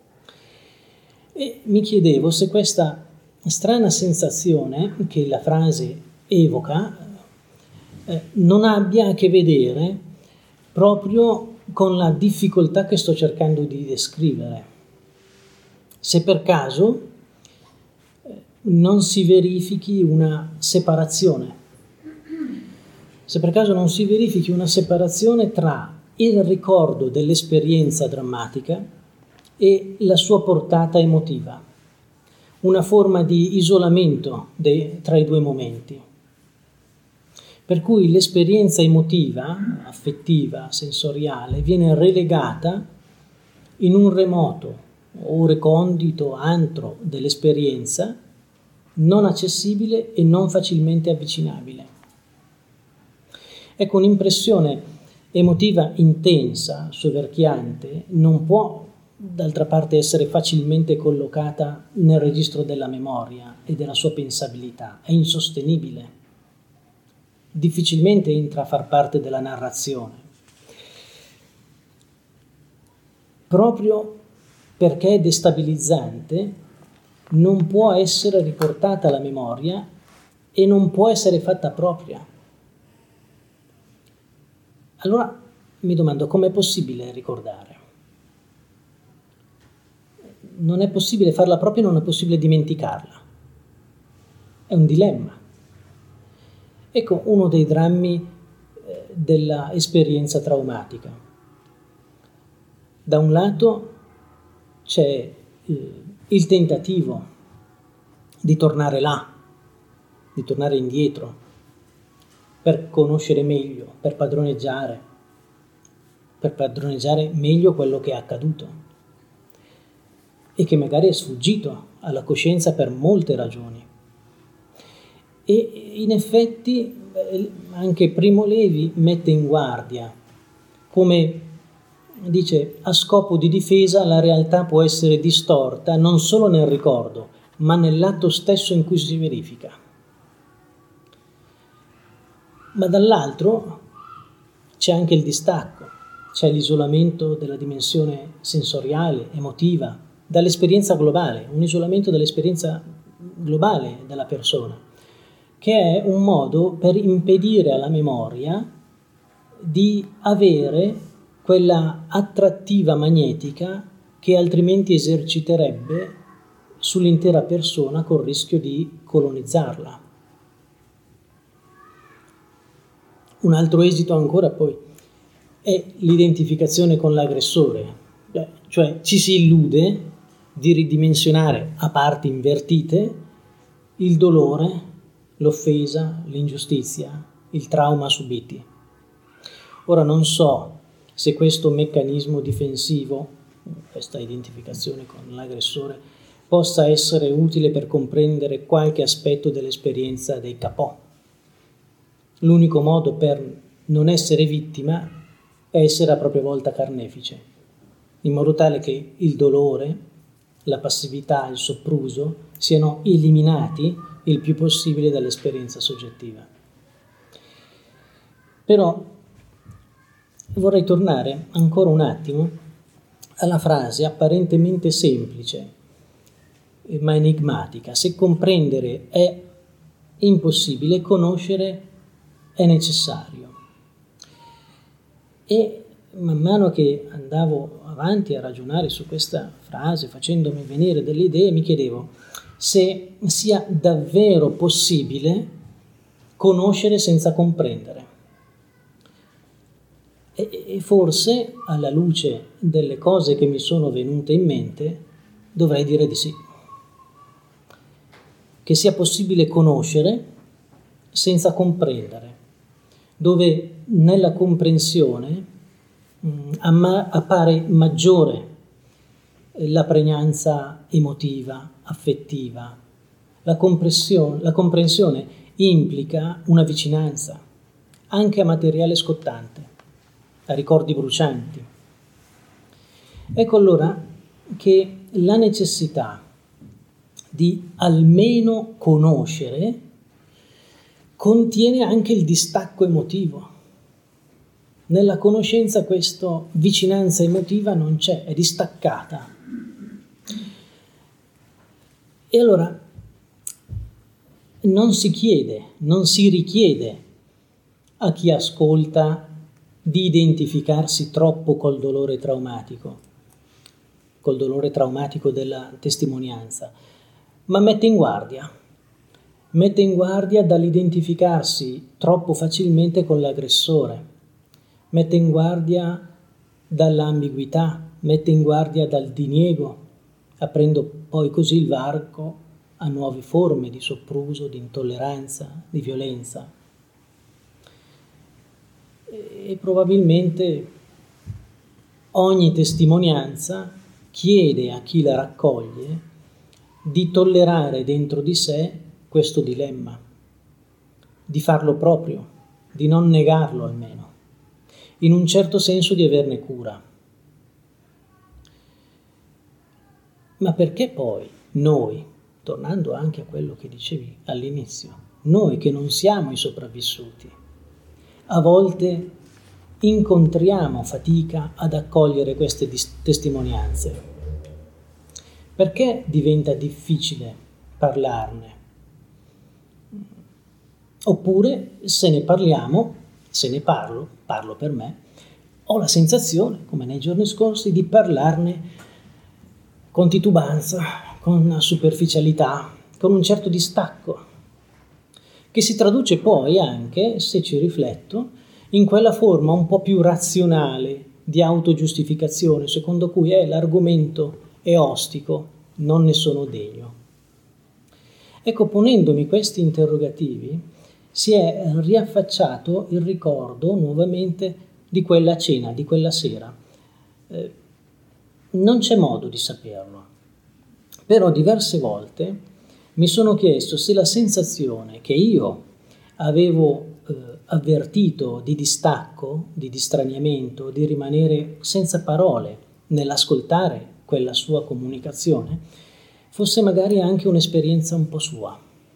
E mi chiedevo se questa strana sensazione che la frase evoca eh, non abbia a che vedere proprio con la difficoltà che sto cercando di descrivere. Se per caso non si verifichi una separazione, se per caso non si verifichi una separazione tra il ricordo dell'esperienza drammatica e la sua portata emotiva, una forma di isolamento de- tra i due momenti. Per cui l'esperienza emotiva, affettiva, sensoriale, viene relegata in un remoto o recondito antro dell'esperienza, non accessibile e non facilmente avvicinabile. Ecco, un'impressione emotiva intensa, soverchiante, non può d'altra parte essere facilmente collocata nel registro della memoria e della sua pensabilità, è insostenibile. Difficilmente entra a far parte della narrazione, proprio perché è destabilizzante, non può essere riportata alla memoria e non può essere fatta propria. Allora mi domando, com'è possibile ricordare? Non è possibile farla propria, non è possibile dimenticarla. È un dilemma. Ecco uno dei drammi eh, della esperienza traumatica. Da un lato c'è eh, il tentativo di tornare là, di tornare indietro, per conoscere meglio, per padroneggiare, per padroneggiare meglio quello che è accaduto e che magari è sfuggito alla coscienza per molte ragioni. E in effetti anche Primo Levi mette in guardia, come dice, a scopo di difesa la realtà può essere distorta non solo nel ricordo, ma nell'atto stesso in cui si verifica. Ma dall'altro c'è anche il distacco, c'è l'isolamento della dimensione sensoriale, emotiva, dall'esperienza globale, un isolamento dall'esperienza globale della persona, che è un modo per impedire alla memoria di avere quella attrattiva magnetica che altrimenti eserciterebbe sull'intera persona col rischio di colonizzarla. Un altro esito ancora poi è l'identificazione con l'aggressore, cioè ci si illude di ridimensionare a parti invertite il dolore, l'offesa, l'ingiustizia, il trauma subiti. Ora non so se questo meccanismo difensivo, questa identificazione con l'aggressore, possa essere utile per comprendere qualche aspetto dell'esperienza dei Kapò. L'unico modo per non essere vittima è essere a propria volta carnefice, in modo tale che il dolore, la passività, il sopruso siano eliminati il più possibile dall'esperienza soggettiva. Però vorrei tornare ancora un attimo alla frase apparentemente semplice ma enigmatica: se comprendere è impossibile, conoscere è necessario. E man mano che andavo avanti a ragionare su questa frase, facendomi venire delle idee, mi chiedevo se sia davvero possibile conoscere senza comprendere. E, e forse, alla luce delle cose che mi sono venute in mente, dovrei dire di sì. Che sia possibile conoscere senza comprendere, dove nella comprensione mh, amma- appare maggiore la pregnanza emotiva, affettiva. La comprensione, la comprensione implica una vicinanza, anche a materiale scottante, a ricordi brucianti. Ecco allora che la necessità di almeno conoscere contiene anche il distacco emotivo. Nella conoscenza questa vicinanza emotiva non c'è, è distaccata. E allora non si chiede, non si richiede a chi ascolta di identificarsi troppo col dolore traumatico, col dolore traumatico della testimonianza, ma mette in guardia, mette in guardia dall'identificarsi troppo facilmente con l'aggressore, mette in guardia dall'ambiguità, mette in guardia dal diniego, aprendo poi così il varco a nuove forme di sopruso, di intolleranza, di violenza. E probabilmente ogni testimonianza chiede a chi la raccoglie di tollerare dentro di sé questo dilemma, di farlo proprio, di non negarlo almeno, in un certo senso di averne cura. Ma perché poi noi, tornando anche a quello che dicevi all'inizio, noi che non siamo i sopravvissuti, a volte incontriamo fatica ad accogliere queste dis- testimonianze? Perché diventa difficile parlarne? Oppure se ne parliamo, se ne parlo, parlo per me, ho la sensazione, come nei giorni scorsi, di parlarne con titubanza, con superficialità, con un certo distacco, che si traduce poi anche, se ci rifletto, in quella forma un po' più razionale di autogiustificazione, secondo cui è l'argomento è ostico, non ne sono degno. Ecco, ponendomi questi interrogativi, si è riaffacciato il ricordo nuovamente di quella cena, di quella sera. Eh, non c'è modo di saperlo, però diverse volte mi sono chiesto se la sensazione che io avevo eh, avvertito di distacco, di distraniamento, di rimanere senza parole nell'ascoltare quella sua comunicazione, fosse magari anche un'esperienza un po' sua.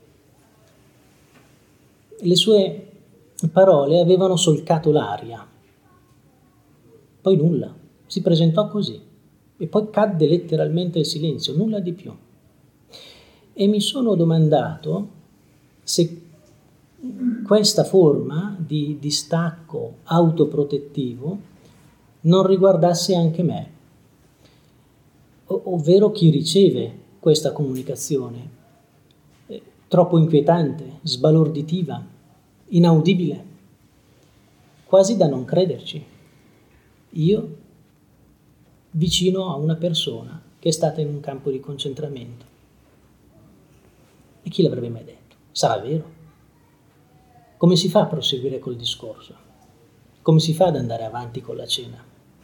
Le sue parole avevano solcato l'aria, poi nulla, si presentò così, e poi cadde letteralmente il silenzio, nulla di più. E mi sono domandato se questa forma di distacco autoprotettivo non riguardasse anche me, ov- ovvero chi riceve questa comunicazione, eh, troppo inquietante, sbalorditiva, inaudibile, quasi da non crederci. Io vicino a una persona che è stata in un campo di concentramento. E chi l'avrebbe mai detto? Sarà vero? Come si fa a proseguire col discorso? Come si fa ad andare avanti con la cena?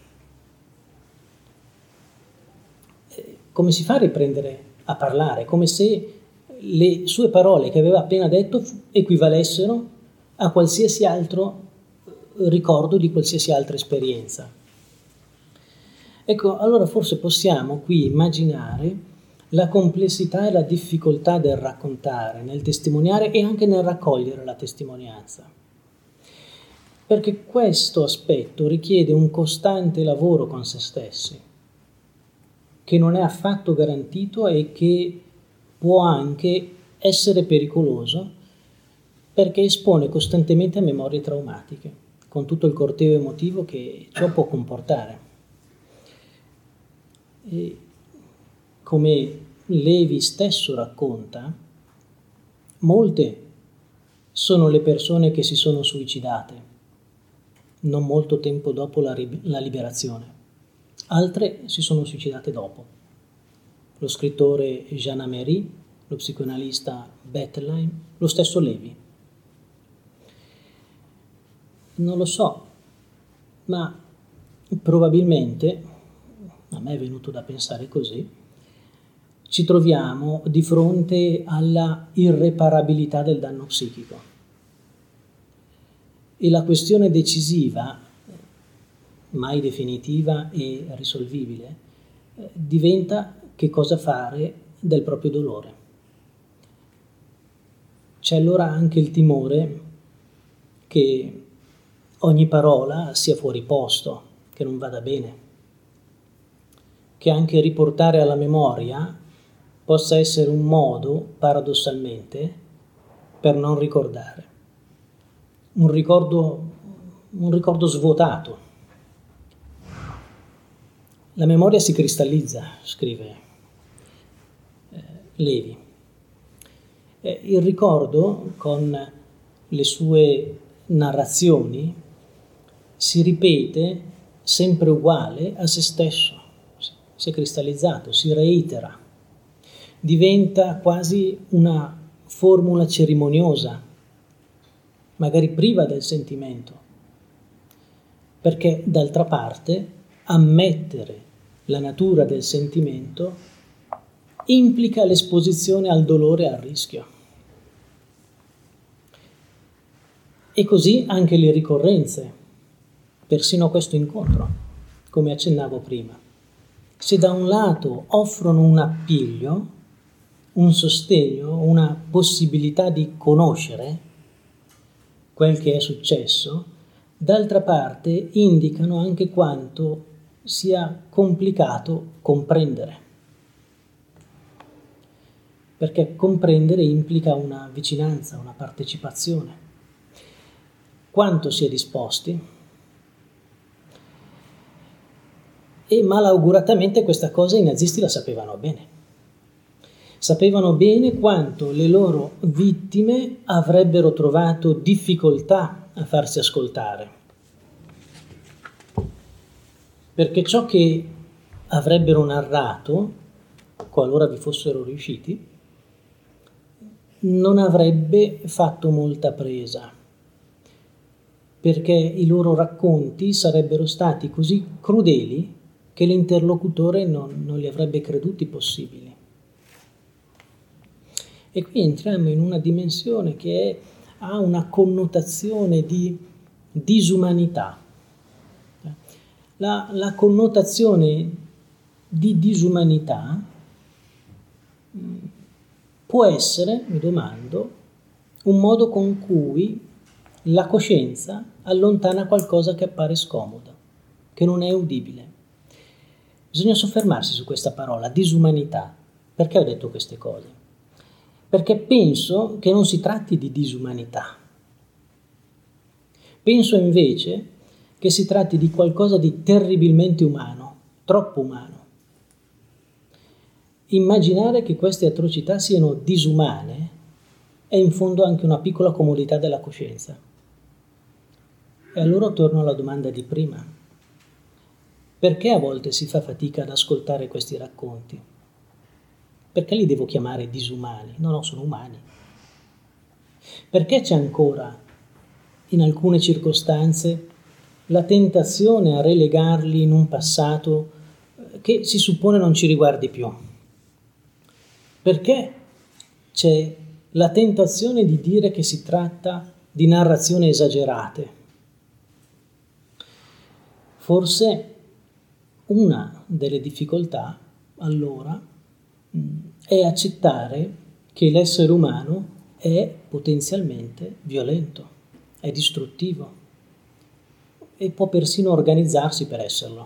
Come si fa a riprendere a parlare? Come se le sue parole che aveva appena detto equivalessero a qualsiasi altro ricordo di qualsiasi altra esperienza. Ecco, allora forse possiamo qui immaginare la complessità e la difficoltà del raccontare, nel testimoniare e anche nel raccogliere la testimonianza. Perché questo aspetto richiede un costante lavoro con se stessi, che non è affatto garantito e che può anche essere pericoloso perché espone costantemente a memorie traumatiche, con tutto il corteo emotivo che ciò può comportare. E come Levi stesso racconta, molte sono le persone che si sono suicidate, non molto tempo dopo la, ri- la liberazione. Altre si sono suicidate dopo. Lo scrittore Jean Amery, lo psicoanalista Bettelheim, lo stesso Levi. Non lo so, ma probabilmente, a me è venuto da pensare così, ci troviamo di fronte alla irreparabilità del danno psichico. E la questione decisiva, mai definitiva e risolvibile, diventa che cosa fare del proprio dolore. C'è allora anche il timore che ogni parola sia fuori posto, che non vada bene, che anche riportare alla memoria possa essere un modo, paradossalmente, per non ricordare. Un ricordo, un ricordo svuotato. La memoria si cristallizza, scrive eh, Levi. Eh, il ricordo, con le sue narrazioni, si ripete sempre uguale a se stesso. Si è cristallizzato, si reitera. Diventa quasi una formula cerimoniosa, magari priva del sentimento, perché d'altra parte ammettere la natura del sentimento implica l'esposizione al dolore e al rischio. E così anche le ricorrenze, persino questo incontro, come accennavo prima. Se da un lato offrono un appiglio, un sostegno, una possibilità di conoscere quel che è successo, d'altra parte indicano anche quanto sia complicato comprendere. Perché comprendere implica una vicinanza, una partecipazione. Quanto si è disposti? E malauguratamente questa cosa i nazisti la sapevano bene. Sapevano bene quanto le loro vittime avrebbero trovato difficoltà a farsi ascoltare. Perché ciò che avrebbero narrato, qualora vi fossero riusciti, non avrebbe fatto molta presa. Perché i loro racconti sarebbero stati così crudeli che l'interlocutore non, non li avrebbe creduti possibili. E qui entriamo in una dimensione che è, ha una connotazione di disumanità. La, la connotazione di disumanità può essere, mi domando, un modo con cui la coscienza allontana qualcosa che appare scomoda, che non è udibile. Bisogna soffermarsi su questa parola, disumanità. Perché ho detto queste cose? Perché penso che non si tratti di disumanità, Penso invece che si tratti di qualcosa di terribilmente umano, troppo umano. Immaginare che queste atrocità siano disumane è in fondo anche una piccola comodità della coscienza. E allora torno alla domanda di prima. Perché a volte si fa fatica ad ascoltare questi racconti? Perché li devo chiamare disumani? No, no, sono umani. Perché c'è ancora, in alcune circostanze, la tentazione a relegarli in un passato che si suppone non ci riguardi più? Perché c'è la tentazione di dire che si tratta di narrazioni esagerate? Forse una delle difficoltà, allora, è accettare che l'essere umano è potenzialmente violento, è distruttivo e può persino organizzarsi per esserlo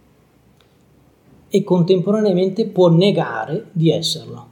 e contemporaneamente può negare di esserlo.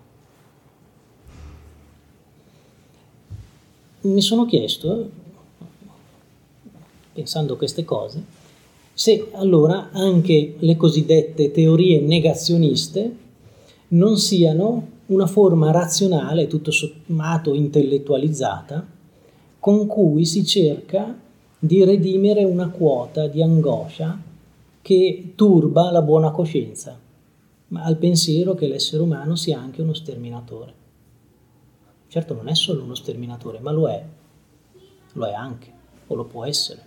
Mi sono chiesto, pensando a queste cose, se allora anche le cosiddette teorie negazioniste non siano una forma razionale, tutto sommato intellettualizzata, con cui si cerca di redimere una quota di angoscia che turba la buona coscienza, ma al pensiero che l'essere umano sia anche uno sterminatore. Certo non è solo uno sterminatore, ma lo è, lo è anche, o lo può essere.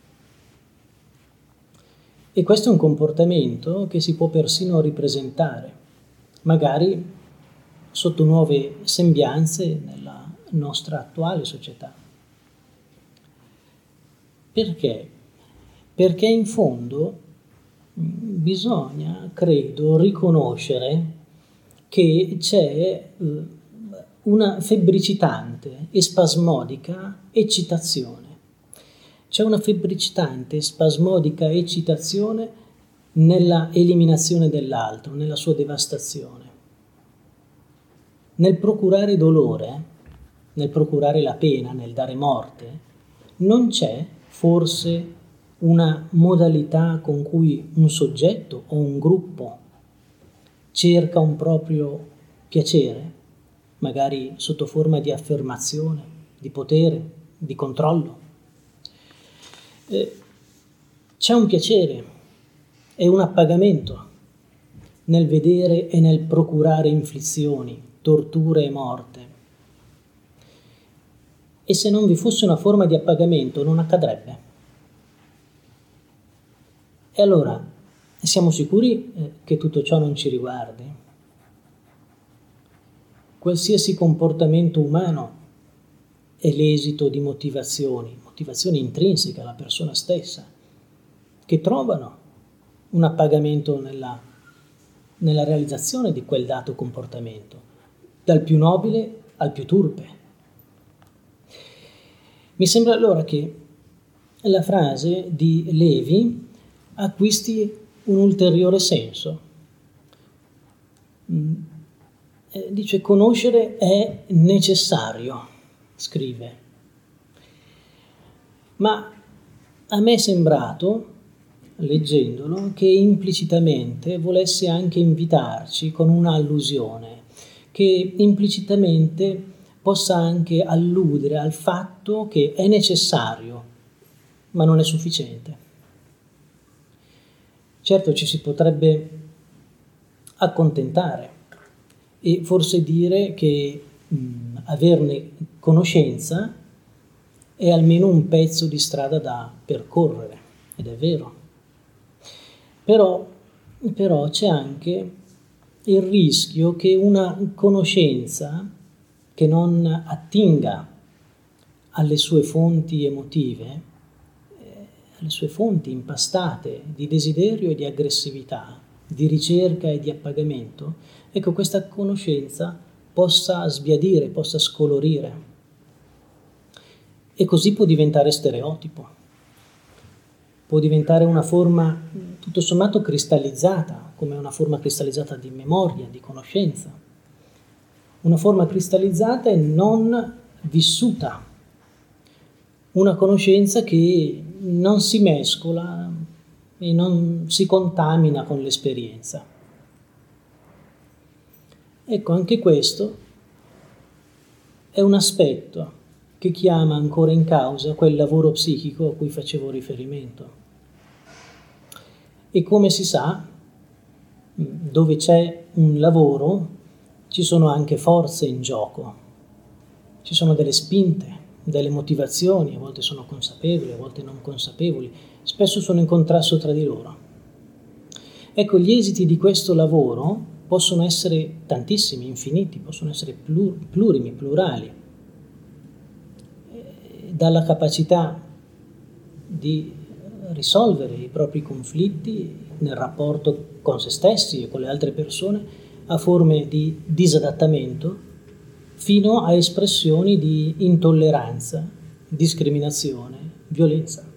E questo è un comportamento che si può persino ripresentare, magari sotto nuove sembianze nella nostra attuale società. Perché? Perché in fondo bisogna, credo, riconoscere che c'è una febbricitante e spasmodica eccitazione. C'è una febbricitante e spasmodica eccitazione nella eliminazione dell'altro, nella sua devastazione. Nel procurare dolore, nel procurare la pena, nel dare morte, non c'è forse una modalità con cui un soggetto o un gruppo cerca un proprio piacere, magari sotto forma di affermazione, di potere, di controllo. Eh, c'è un piacere e un appagamento nel vedere e nel procurare inflizioni, torture e morte. E se non vi fosse una forma di appagamento non accadrebbe. E allora, siamo sicuri eh, che tutto ciò non ci riguardi? Qualsiasi comportamento umano è l'esito di motivazioni, motivazioni intrinseche alla persona stessa, che trovano un appagamento nella, nella realizzazione di quel dato comportamento, dal più nobile al più turpe. Mi sembra allora che la frase di Levi acquisti un ulteriore senso. Dice: conoscere è necessario, scrive. Ma a me è sembrato, leggendolo, che implicitamente volesse anche invitarci con una allusione, che implicitamente possa anche alludere al fatto che è necessario, ma non è sufficiente. Certo, ci si potrebbe accontentare e forse dire che mh, averne conoscenza è almeno un pezzo di strada da percorrere, ed è vero. Però, però c'è anche il rischio che una conoscenza che non attinga alle sue fonti emotive, le sue fonti impastate di desiderio e di aggressività, di ricerca e di appagamento, ecco, questa conoscenza possa sbiadire, possa scolorire. E così può diventare stereotipo, può diventare una forma tutto sommato cristallizzata, come una forma cristallizzata di memoria, di conoscenza. Una forma cristallizzata e non vissuta. una conoscenza che non si mescola e non si contamina con l'esperienza. Ecco, anche questo è un aspetto che chiama ancora in causa quel lavoro psichico a cui facevo riferimento. E come si sa, dove c'è un lavoro ci sono anche forze in gioco, ci sono delle spinte, delle motivazioni, a volte sono consapevoli, a volte non consapevoli, spesso sono in contrasto tra di loro. Ecco, gli esiti di questo lavoro possono essere tantissimi, infiniti, possono essere plur, plurimi, plurali, dalla capacità di risolvere i propri conflitti nel rapporto con se stessi e con le altre persone a forme di disadattamento fino a espressioni di intolleranza, discriminazione, violenza.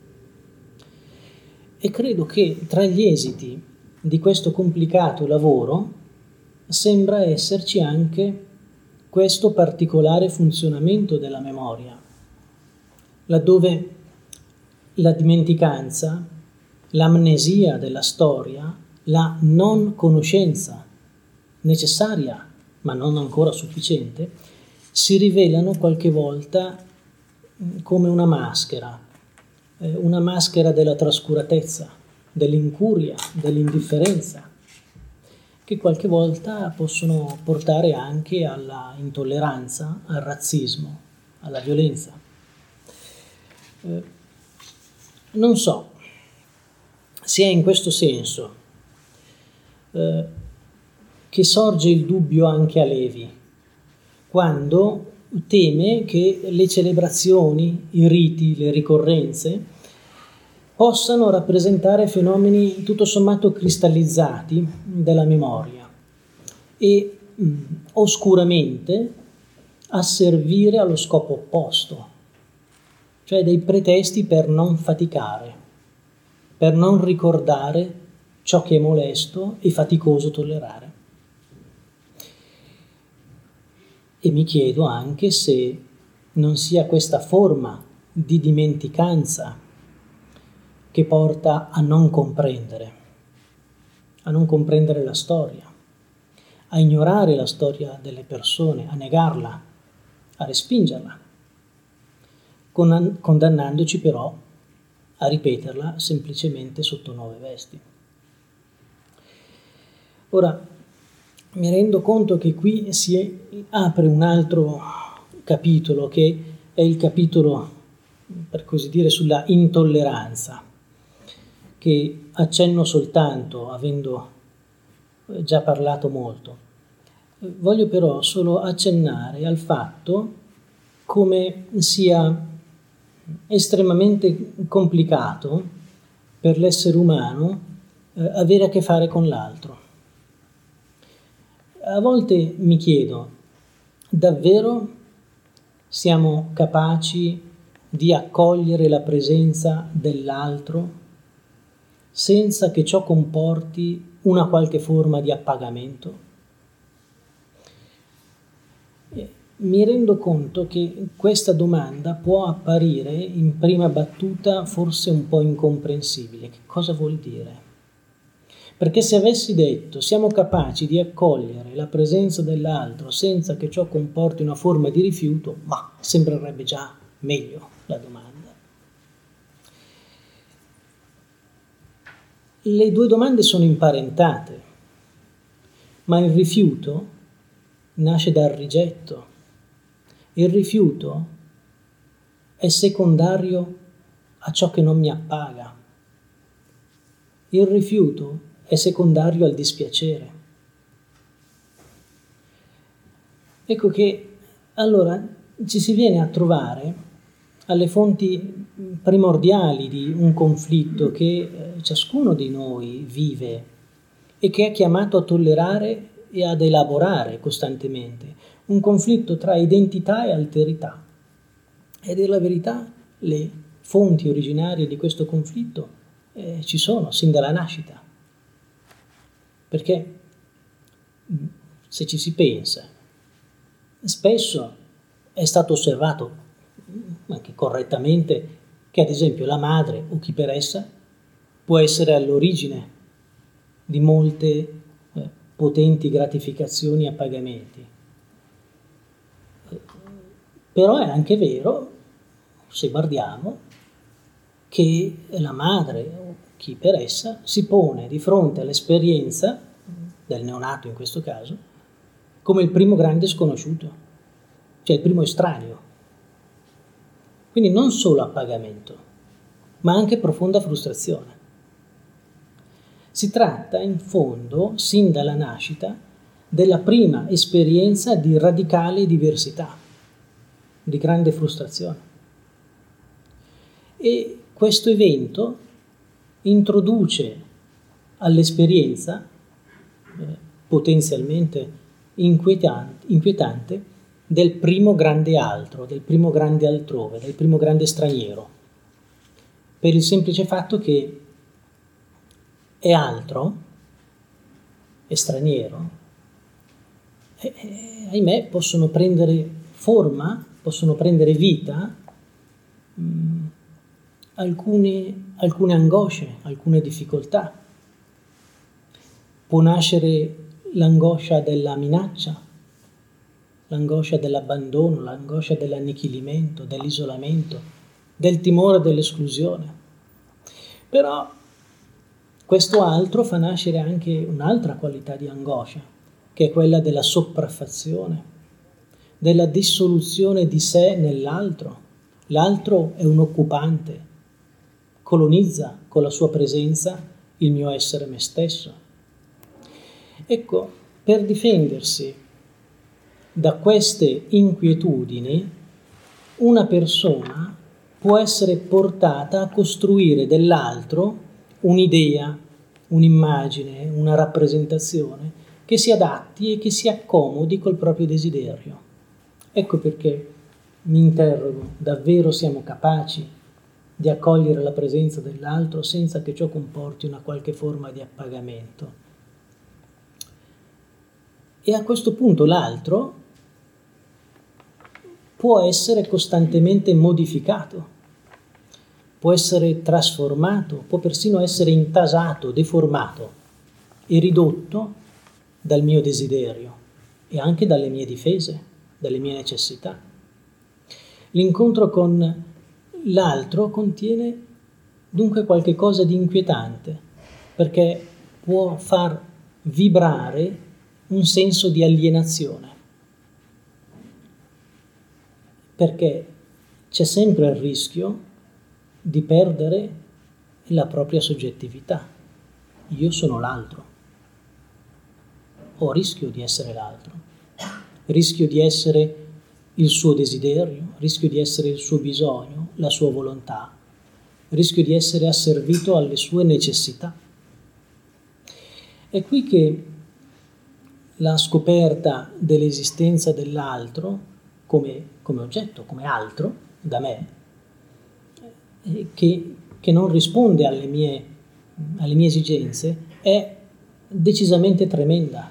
E credo che tra gli esiti di questo complicato lavoro sembra esserci anche questo particolare funzionamento della memoria, laddove la dimenticanza, l'amnesia della storia, la non conoscenza necessaria ma non ancora sufficiente, si rivelano qualche volta come una maschera, eh, una maschera della trascuratezza, dell'incuria, dell'indifferenza, che qualche volta possono portare anche alla intolleranza, al razzismo, alla violenza. Eh, non so se è in questo senso eh, che sorge il dubbio anche a Levi, quando teme che le celebrazioni, i riti, le ricorrenze possano rappresentare fenomeni tutto sommato cristallizzati della memoria e mh, oscuramente asservire allo scopo opposto, cioè dei pretesti per non faticare, per non ricordare ciò che è molesto e faticoso tollerare. E mi chiedo anche se non sia questa forma di dimenticanza che porta a non comprendere, a non comprendere la storia, a ignorare la storia delle persone, a negarla, a respingerla, condannandoci però a ripeterla semplicemente sotto nuove vesti. Ora, mi rendo conto che qui si apre un altro capitolo, che è il capitolo, per così dire, sulla intolleranza, che accenno soltanto, avendo già parlato molto. Voglio però solo accennare al fatto come sia estremamente complicato per l'essere umano eh, avere a che fare con l'altro. A volte mi chiedo, davvero siamo capaci di accogliere la presenza dell'altro senza che ciò comporti una qualche forma di appagamento? Mi rendo conto che questa domanda può apparire in prima battuta forse un po' incomprensibile. Che cosa vuol dire? Perché se avessi detto siamo capaci di accogliere la presenza dell'altro senza che ciò comporti una forma di rifiuto, ma sembrerebbe già meglio la domanda. Le due domande sono imparentate, ma il rifiuto nasce dal rigetto. Il rifiuto è secondario a ciò che non mi appaga. Il rifiuto è secondario al dispiacere. Ecco che allora ci si viene a trovare alle fonti primordiali di un conflitto che eh, ciascuno di noi vive e che è chiamato a tollerare e ad elaborare costantemente, un conflitto tra identità e alterità. E a dire la verità, le fonti originarie di questo conflitto eh, ci sono sin dalla nascita. Perché se ci si pensa, spesso è stato osservato anche correttamente, che ad esempio la madre o chi per essa può essere all'origine di molte eh, potenti gratificazioni e appagamenti. Però è anche vero, se guardiamo, che la madre o chi per essa si pone di fronte all'esperienza del neonato in questo caso come il primo grande sconosciuto, cioè il primo estraneo. Quindi non solo appagamento, ma anche profonda frustrazione. Si tratta in fondo, sin dalla nascita, della prima esperienza di radicale diversità, di grande frustrazione. E questo evento introduce all'esperienza eh, potenzialmente inquietante, inquietante del primo grande altro, del primo grande altrove, del primo grande straniero, per il semplice fatto che è altro, è straniero, e, e ahimè possono prendere forma, possono prendere vita mh, alcune, alcune angosce, alcune difficoltà. Può nascere l'angoscia della minaccia, l'angoscia dell'abbandono, l'angoscia dell'annichilimento, dell'isolamento, del timore dell'esclusione. Però questo altro fa nascere anche un'altra qualità di angoscia, che è quella della sopraffazione, della dissoluzione di sé nell'altro. L'altro è un occupante, colonizza con la sua presenza il mio essere me stesso. Ecco, per difendersi da queste inquietudini, una persona può essere portata a costruire dell'altro un'idea, un'immagine, una rappresentazione che si adatti e che si accomodi col proprio desiderio. Ecco perché mi interrogo, davvero siamo capaci di accogliere la presenza dell'altro senza che ciò comporti una qualche forma di appagamento? E a questo punto l'altro può essere costantemente modificato, può essere trasformato, può persino essere intasato, deformato e ridotto dal mio desiderio e anche dalle mie difese, dalle mie necessità. L'incontro con l'altro contiene dunque qualche cosa di inquietante, perché può far vibrare un senso di alienazione, perché c'è sempre il rischio di perdere la propria soggettività. Io sono l'altro, o rischio di essere l'altro, rischio di essere il suo desiderio, rischio di essere il suo bisogno, la sua volontà, rischio di essere asservito alle sue necessità. È qui che la scoperta dell'esistenza dell'altro come, come oggetto, come altro da me, che, che non risponde alle mie, alle mie esigenze, è decisamente tremenda.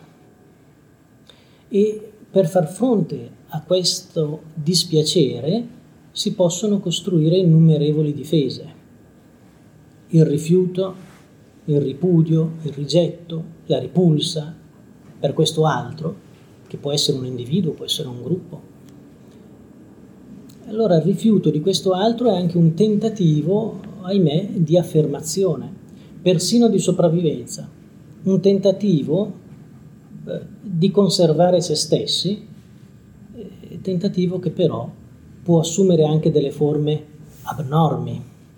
E per far fronte a questo dispiacere si possono costruire innumerevoli difese: il rifiuto, il ripudio, il rigetto, la ripulsa per questo altro, che può essere un individuo, può essere un gruppo. Allora il rifiuto di questo altro è anche un tentativo, ahimè, di affermazione, persino di sopravvivenza, un tentativo eh, di conservare se stessi, eh, tentativo che però può assumere anche delle forme abnormi.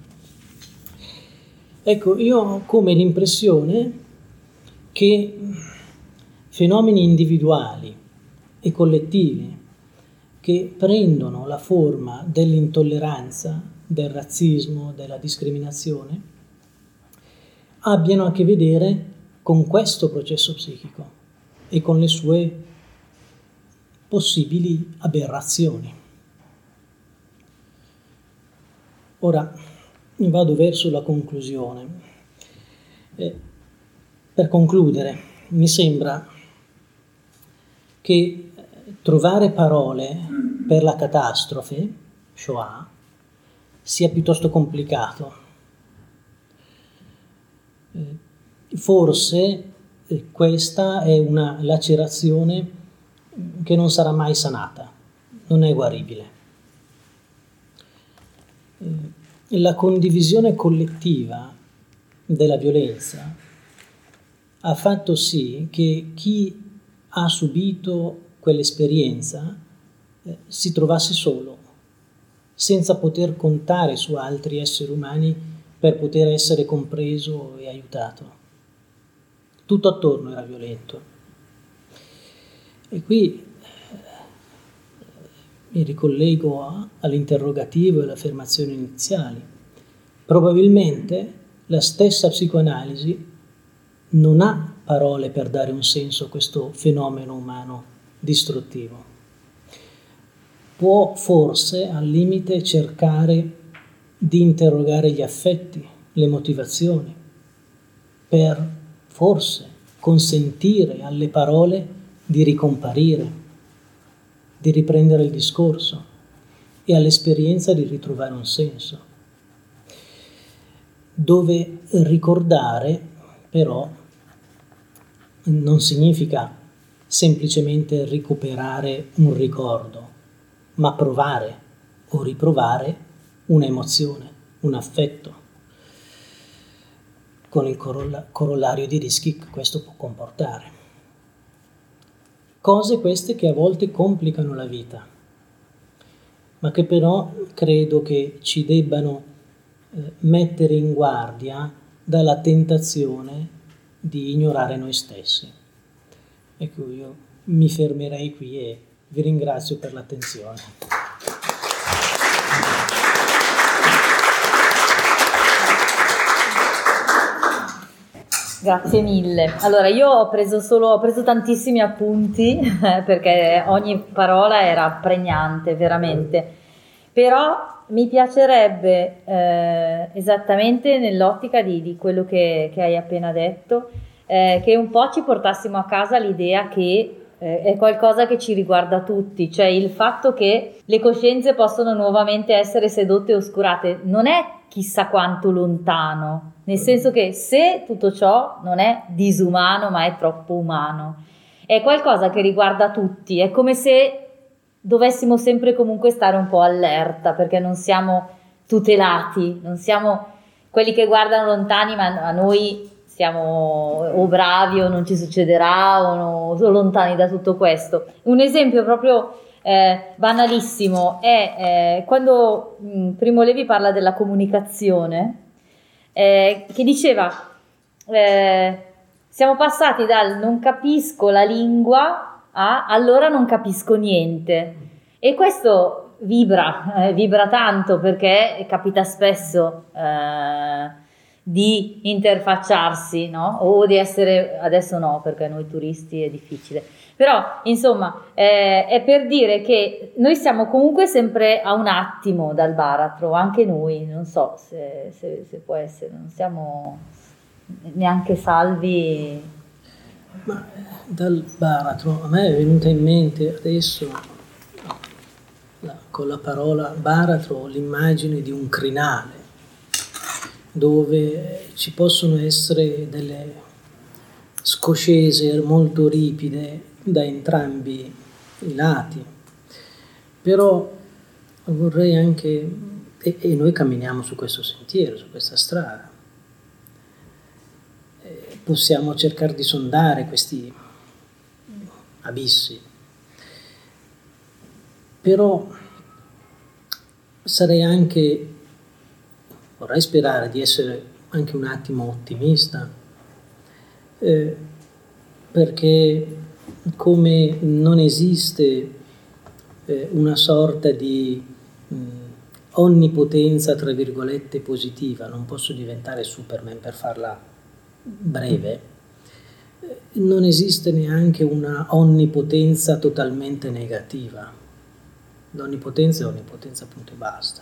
Ecco, io ho come l'impressione che fenomeni individuali e collettivi che prendono la forma dell'intolleranza, del razzismo, della discriminazione, abbiano a che vedere con questo processo psichico e con le sue possibili aberrazioni. Ora vado verso la conclusione. Eh, per concludere, mi sembra che trovare parole per la catastrofe Shoah, sia piuttosto complicato. Eh, forse eh, questa è una lacerazione che non sarà mai sanata, non è guaribile. Eh, la condivisione collettiva della violenza ha fatto sì che chi ha subito quell'esperienza eh, si trovasse solo, senza poter contare su altri esseri umani per poter essere compreso e aiutato. Tutto attorno era violento. E qui eh, mi ricollego a, all'interrogativo e alle affermazioni iniziali. Probabilmente la stessa psicoanalisi non ha parole per dare un senso a questo fenomeno umano distruttivo. Può forse al limite cercare di interrogare gli affetti, le motivazioni, per forse consentire alle parole di ricomparire, di riprendere il discorso e all'esperienza di ritrovare un senso. Dove ricordare però non significa semplicemente recuperare un ricordo, ma provare o riprovare un'emozione, un affetto, con il corolla- corollario di rischi che questo può comportare. Cose queste che a volte complicano la vita, ma che però credo che ci debbano eh, mettere in guardia dalla tentazione di ignorare noi stessi. Ecco, io mi fermerei qui e vi ringrazio per l'attenzione. Grazie mille. Allora, io ho preso solo, ho preso tantissimi appunti perché ogni parola era pregnante, veramente. Però mi piacerebbe, eh, esattamente nell'ottica di, di quello che, che hai appena detto, eh, che un po' ci portassimo a casa l'idea che eh, è qualcosa che ci riguarda tutti, cioè il fatto che le coscienze possono nuovamente essere sedotte e oscurate non è chissà quanto lontano, nel senso che se tutto ciò non è disumano ma è troppo umano, è qualcosa che riguarda tutti, è come se dovessimo sempre comunque stare un po' allerta, perché non siamo tutelati, non siamo quelli che guardano lontani, ma a noi siamo o bravi o non ci succederà o, no, o lontani da tutto questo. Un esempio proprio eh, banalissimo è eh, quando mh, Primo Levi parla della comunicazione, eh, che diceva eh, siamo passati dal non capisco la lingua a allora non capisco niente, e questo vibra, eh, vibra tanto, perché capita spesso eh, di interfacciarsi, no? O di essere, adesso no perché noi turisti è difficile, però insomma eh, è per dire che noi siamo comunque sempre a un attimo dal baratro, anche noi, non so se, se, se può essere, non siamo neanche salvi. Ma dal baratro a me è venuta in mente adesso, la, con la parola baratro, l'immagine di un crinale dove ci possono essere delle scoscese molto ripide da entrambi i lati, però vorrei anche, e, e noi camminiamo su questo sentiero, su questa strada, possiamo cercare di sondare questi abissi, però sarei anche, vorrei sperare di essere anche un attimo ottimista, eh, perché come non esiste eh, una sorta di mh, onnipotenza tra virgolette positiva, non posso diventare Superman per farla breve, non esiste neanche una onnipotenza totalmente negativa. L'onnipotenza è onnipotenza, punto e basta,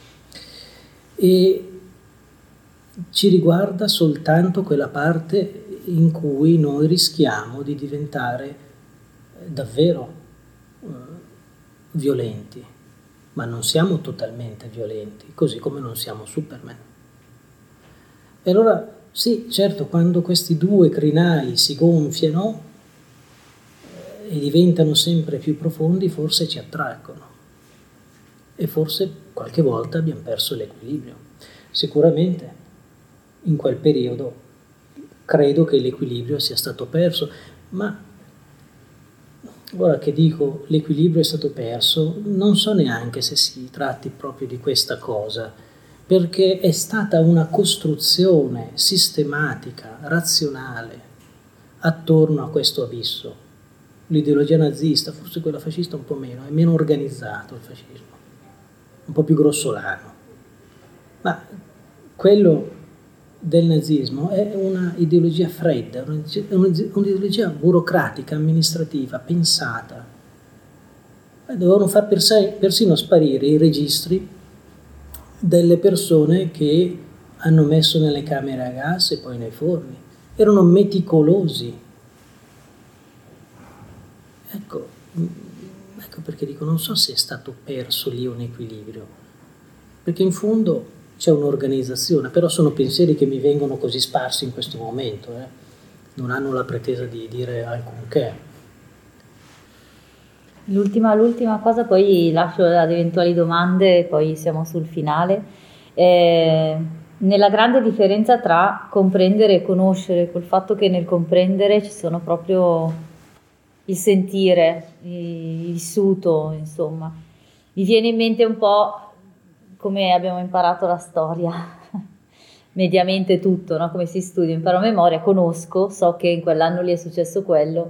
e ci riguarda soltanto quella parte in cui noi rischiamo di diventare davvero uh, violenti, ma non siamo totalmente violenti, così come non siamo Superman. E allora, sì, certo, quando questi due crinali si gonfiano eh, e diventano sempre più profondi, forse ci attraggono. E forse qualche volta abbiamo perso l'equilibrio. Sicuramente in quel periodo credo che l'equilibrio sia stato perso, ma ora che dico l'equilibrio è stato perso, non so neanche se si tratti proprio di questa cosa, perché è stata una costruzione sistematica, razionale, attorno a questo abisso. L'ideologia nazista, forse quella fascista un po' meno, è meno organizzato il fascismo, un po' più grossolano. Ma quello del nazismo è una ideologia fredda, un'ideologia burocratica, amministrativa, pensata. Dovevano far persino sparire i registri delle persone che hanno messo nelle camere a gas e poi nei forni. Erano meticolosi. Ecco, ecco perché dico, non so se è stato perso lì un equilibrio, perché in fondo c'è un'organizzazione, però sono pensieri che mi vengono così sparsi in questo momento, eh. Non hanno la pretesa di dire alcunché. L'ultima, l'ultima cosa, poi lascio ad eventuali domande e poi siamo sul finale. Eh, nella grande differenza tra comprendere e conoscere, col fatto che nel comprendere ci sono proprio il sentire, il vissuto, insomma. Mi viene in mente un po' come abbiamo imparato la storia, mediamente tutto, no? Come si studia, imparo a memoria, conosco, so che in quell'anno lì è successo quello,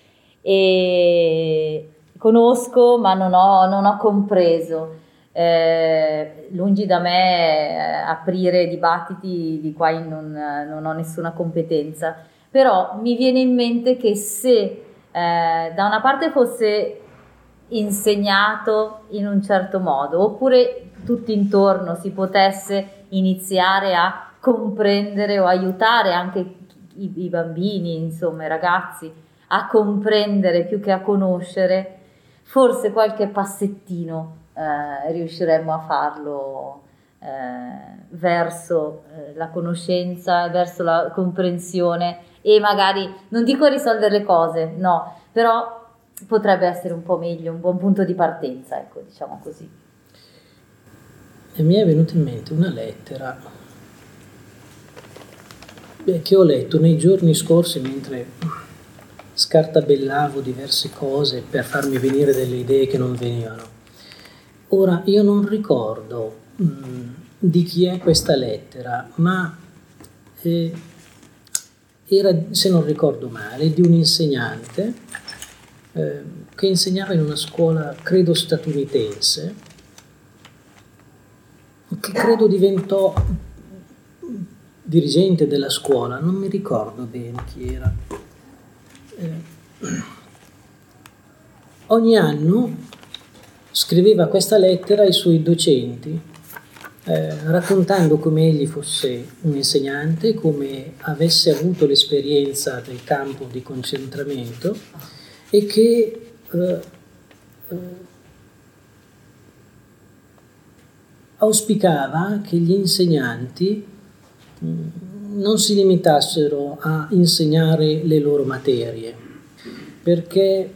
e conosco ma non ho, non ho compreso. Eh, lungi da me eh, aprire dibattiti di quali non, non ho nessuna competenza, però mi viene in mente che se eh, da una parte fosse insegnato in un certo modo, oppure tutti intorno si potesse iniziare a comprendere o aiutare anche i, i bambini, insomma i ragazzi, a comprendere più che a conoscere, forse qualche passettino eh, riusciremmo a farlo eh, verso eh, la conoscenza, verso la comprensione e magari, non dico risolvere le cose, no, però potrebbe essere un po' meglio, un buon punto di partenza, ecco, diciamo così. E mi è venuta in mente una lettera che ho letto nei giorni scorsi mentre scartabellavo diverse cose per farmi venire delle idee che non venivano. Ora, io non ricordo mh, di chi è questa lettera, ma eh, era, se non ricordo male, di un insegnante eh, che insegnava in una scuola, credo statunitense, che credo diventò dirigente della scuola, non mi ricordo bene chi era. Eh, ogni anno scriveva questa lettera ai suoi docenti, eh, raccontando come egli fosse un insegnante, come avesse avuto l'esperienza del campo di concentramento e che eh, eh, auspicava che gli insegnanti non si limitassero a insegnare le loro materie, perché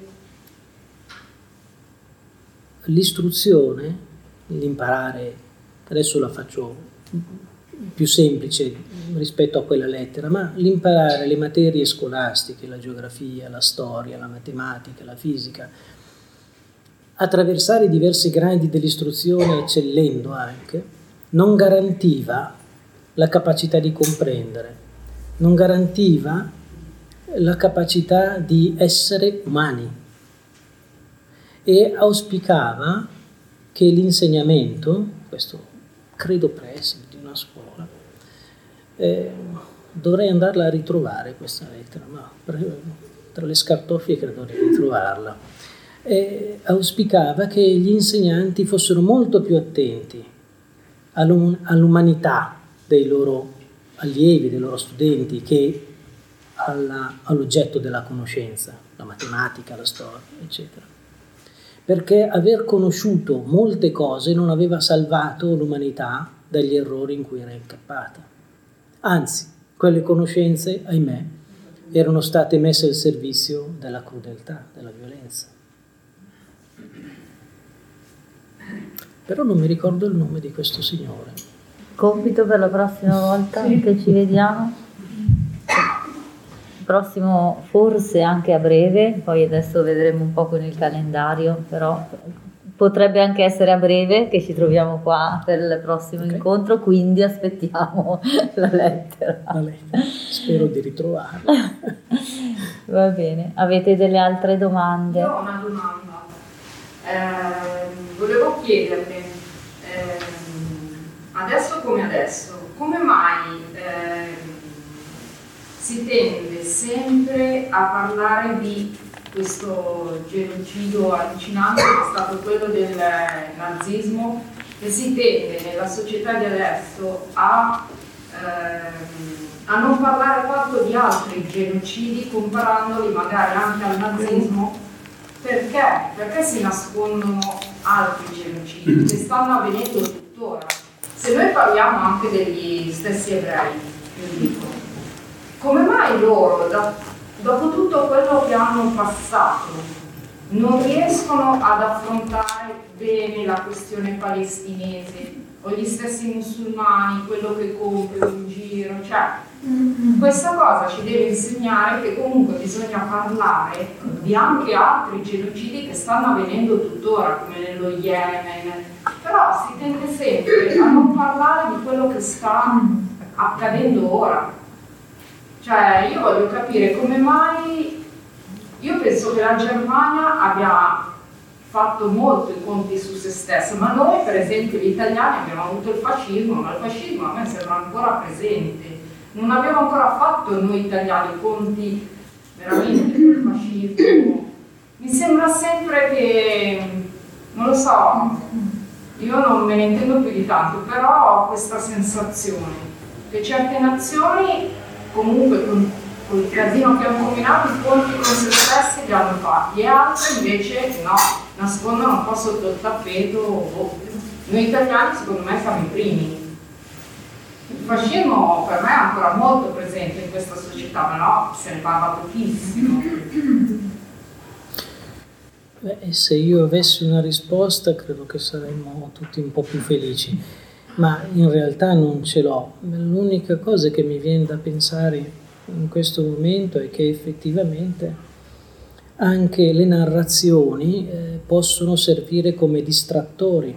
l'istruzione, l'imparare, adesso la faccio più semplice rispetto a quella lettera, ma l'imparare le materie scolastiche, la geografia, la storia, la matematica, la fisica, attraversare i diversi gradi dell'istruzione eccellendo anche, non garantiva la capacità di comprendere, non garantiva la capacità di essere umani e auspicava che l'insegnamento, questo credo preside di una scuola, eh, dovrei andarla a ritrovare questa lettera, ma tra le scartoffie credo di ritrovarla. E auspicava che gli insegnanti fossero molto più attenti all'um- all'umanità dei loro allievi, dei loro studenti, che alla, all'oggetto della conoscenza, la matematica, la storia, eccetera. perché aver conosciuto molte cose non aveva salvato l'umanità dagli errori in cui era incappata. Anzi, quelle conoscenze, ahimè, erano state messe al servizio della crudeltà, della violenza. Però non mi ricordo il nome di questo signore. Compito per la prossima volta sì. che ci vediamo. Prossimo forse anche a breve, poi adesso vedremo un po' con il calendario, però potrebbe anche essere a breve che ci troviamo qua per il prossimo okay. incontro, quindi aspettiamo la lettera. La lettera. Spero di ritrovarla. Va bene, avete delle altre domande? Io ho una domanda, eh, volevo chiederle, eh, adesso come adesso, come mai eh, si tende sempre a parlare di questo genocidio allucinante che è stato quello del nazismo, e si tende nella società di adesso a, ehm, a non parlare tanto di altri genocidi, comparandoli magari anche al nazismo? Perché? Perché si nascondono altri genocidi che stanno avvenendo tuttora? Se noi parliamo anche degli stessi ebrei, io dico, come mai loro, da, dopo tutto quello che hanno passato, non riescono ad affrontare bene la questione palestinese, o gli stessi musulmani, quello che compri in giro? Cioè, mm-hmm. questa cosa ci deve insegnare che comunque bisogna parlare di anche altri genocidi che stanno avvenendo tuttora, come nello Yemen, però si tende sempre a non parlare di quello che sta accadendo ora. Cioè, io voglio capire come mai, io penso che la Germania abbia fatto molto i conti su se stessa, ma noi, per esempio, gli italiani abbiamo avuto il fascismo, ma il fascismo a me sembra ancora presente. Non abbiamo ancora fatto noi italiani i conti veramente col fascismo. Mi sembra sempre che, non lo so, io non me ne intendo più di tanto, però ho questa sensazione che certe nazioni comunque con, con il casino che hanno combinato i conti con se stessi li hanno fatti, e altre invece no, nascondono un po' sotto il tappeto. Oh. Noi italiani secondo me siamo i primi. Il fascismo per me è ancora molto presente in questa società, però se ne parla pochissimo. Beh, se io avessi una risposta credo che saremmo tutti un po' più felici, ma in realtà non ce l'ho. L'unica cosa che mi viene da pensare in questo momento è che effettivamente anche le narrazioni eh, possono servire come distrattori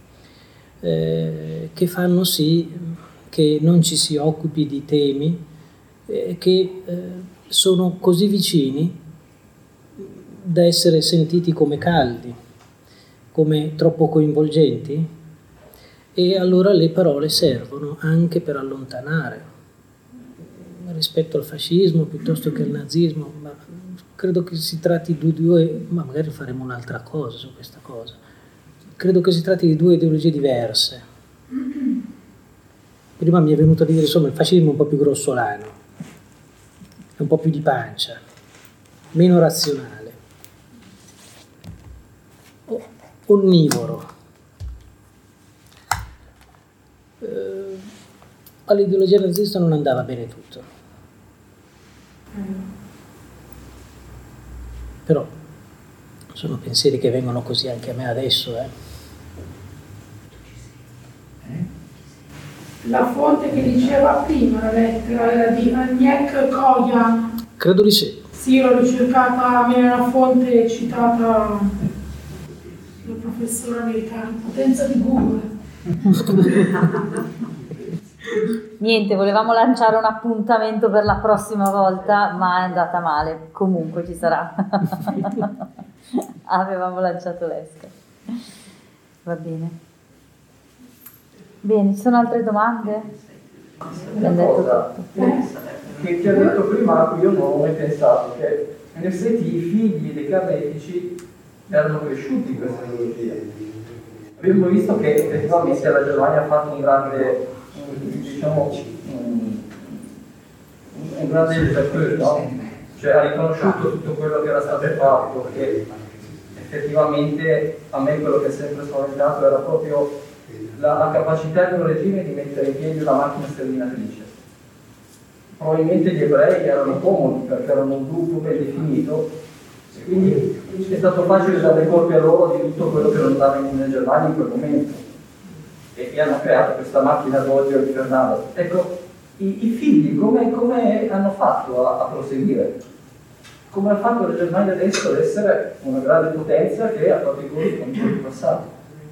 eh, che fanno sì che non ci si occupi di temi eh, che eh, sono così vicini da essere sentiti come caldi, come troppo coinvolgenti. E allora le parole servono anche per allontanare rispetto al fascismo piuttosto che al nazismo, ma credo che si tratti di due, ma magari faremo un'altra cosa su questa cosa, credo che si tratti di due ideologie diverse. Prima mi è venuto a dire, insomma, il fascismo è un po' più grossolano, è un po' più di pancia, meno razionale, onnivoro. Uh, all'ideologia nazista non andava bene tutto, mm. però sono pensieri che vengono così anche a me adesso. Eh. La fonte che diceva prima la lettera era di Agnieszka Kojan. Credo di sì. Sì, l'ho ricercata, mi è una fonte citata dal professore americano, potenza di Google. Niente, volevamo lanciare un appuntamento per la prossima volta, ma è andata male. Comunque ci sarà. Avevamo lanciato l'esca. Va bene. Bene, ci sono altre domande? Una cosa che ti ho detto prima, io non ho mai pensato, che in effetti i figli dei carnefici erano cresciuti in questa ideologia. Abbiamo visto che effettivamente la Germania ha fatto un grande, diciamo, un, un grande disastro, no? Cioè ha riconosciuto tutto quello che era stato fatto, che effettivamente a me quello che è sempre spaventato era proprio la, la capacità di un regime di mettere in piedi una macchina sterminatrice. Probabilmente gli ebrei erano comodi perché erano un gruppo ben definito, e quindi è stato facile dare colpi a loro di tutto quello che non andava in Germania in quel momento, e, e hanno creato questa macchina d'odio infernale. Ecco, i, i figli come, come hanno fatto a, a proseguire? Come ha fatto la Germania adesso ad essere una grande potenza che ha fatto i conti con il passato?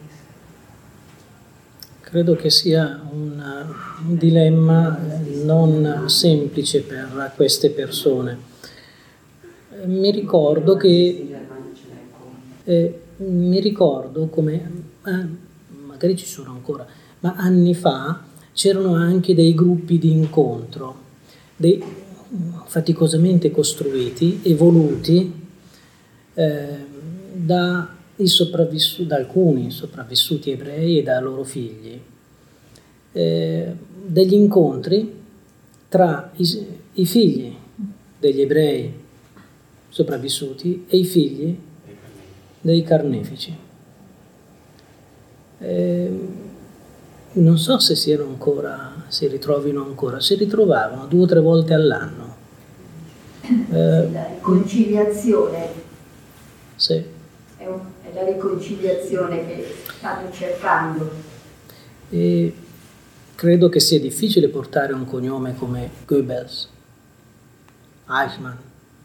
Credo che sia un, un dilemma non semplice per queste persone. Mi ricordo che eh, mi ricordo come eh, magari ci sono ancora, ma anni fa c'erano anche dei gruppi di incontro, dei, faticosamente costruiti e voluti eh, da I sopravvissuti, da alcuni sopravvissuti ebrei e da loro figli, eh, degli incontri tra i, i figli degli ebrei sopravvissuti e i figli dei carnefici. Eh, non so se siano ancora, si ritrovino ancora, si ritrovavano due o tre volte all'anno. Eh, la riconciliazione. Sì. È la riconciliazione che stanno cercando. E credo che sia difficile portare un cognome come Goebbels, Eichmann.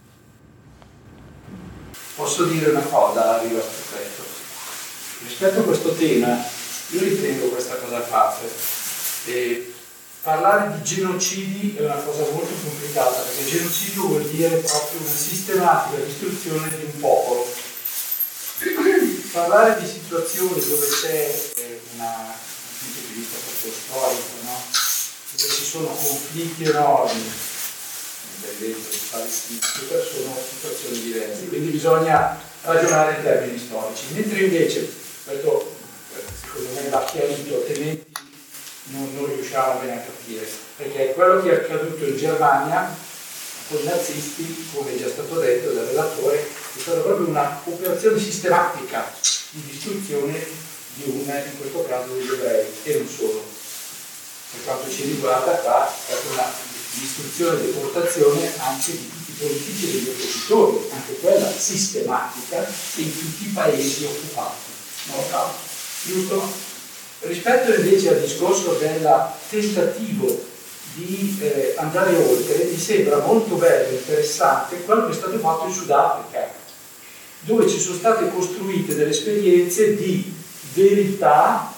Posso dire una cosa a riguardo a questo? Rispetto a questo tema, io ritengo questa cosa facile. E parlare di genocidi è una cosa molto complicata, perché genocidio vuol dire proprio una sistematica distruzione di un popolo. Parlare di situazioni dove c'è eh, una, un punto di vista proprio storico, no? Dove ci sono conflitti enormi, dell'Israele, di Palestina, sono situazioni diverse, quindi bisogna ragionare in termini storici. Mentre invece, questo secondo me va chiarito, altrimenti non, non riusciamo bene a capire, perché quello che è accaduto in Germania con i nazisti, come è già stato detto dal relatore, è stata proprio un'operazione sistematica di distruzione di una, in questo caso degli ebrei, e non solo. Per quanto ci riguarda, qua è stata una distruzione e deportazione anche di tutti i politici e degli oppositori, anche quella sistematica, in tutti i paesi occupati. No? Giusto? Rispetto invece al discorso del tentativo di eh, andare oltre, mi sembra molto bello e interessante quello che è stato fatto in Sudafrica, dove ci sono state costruite delle esperienze di verità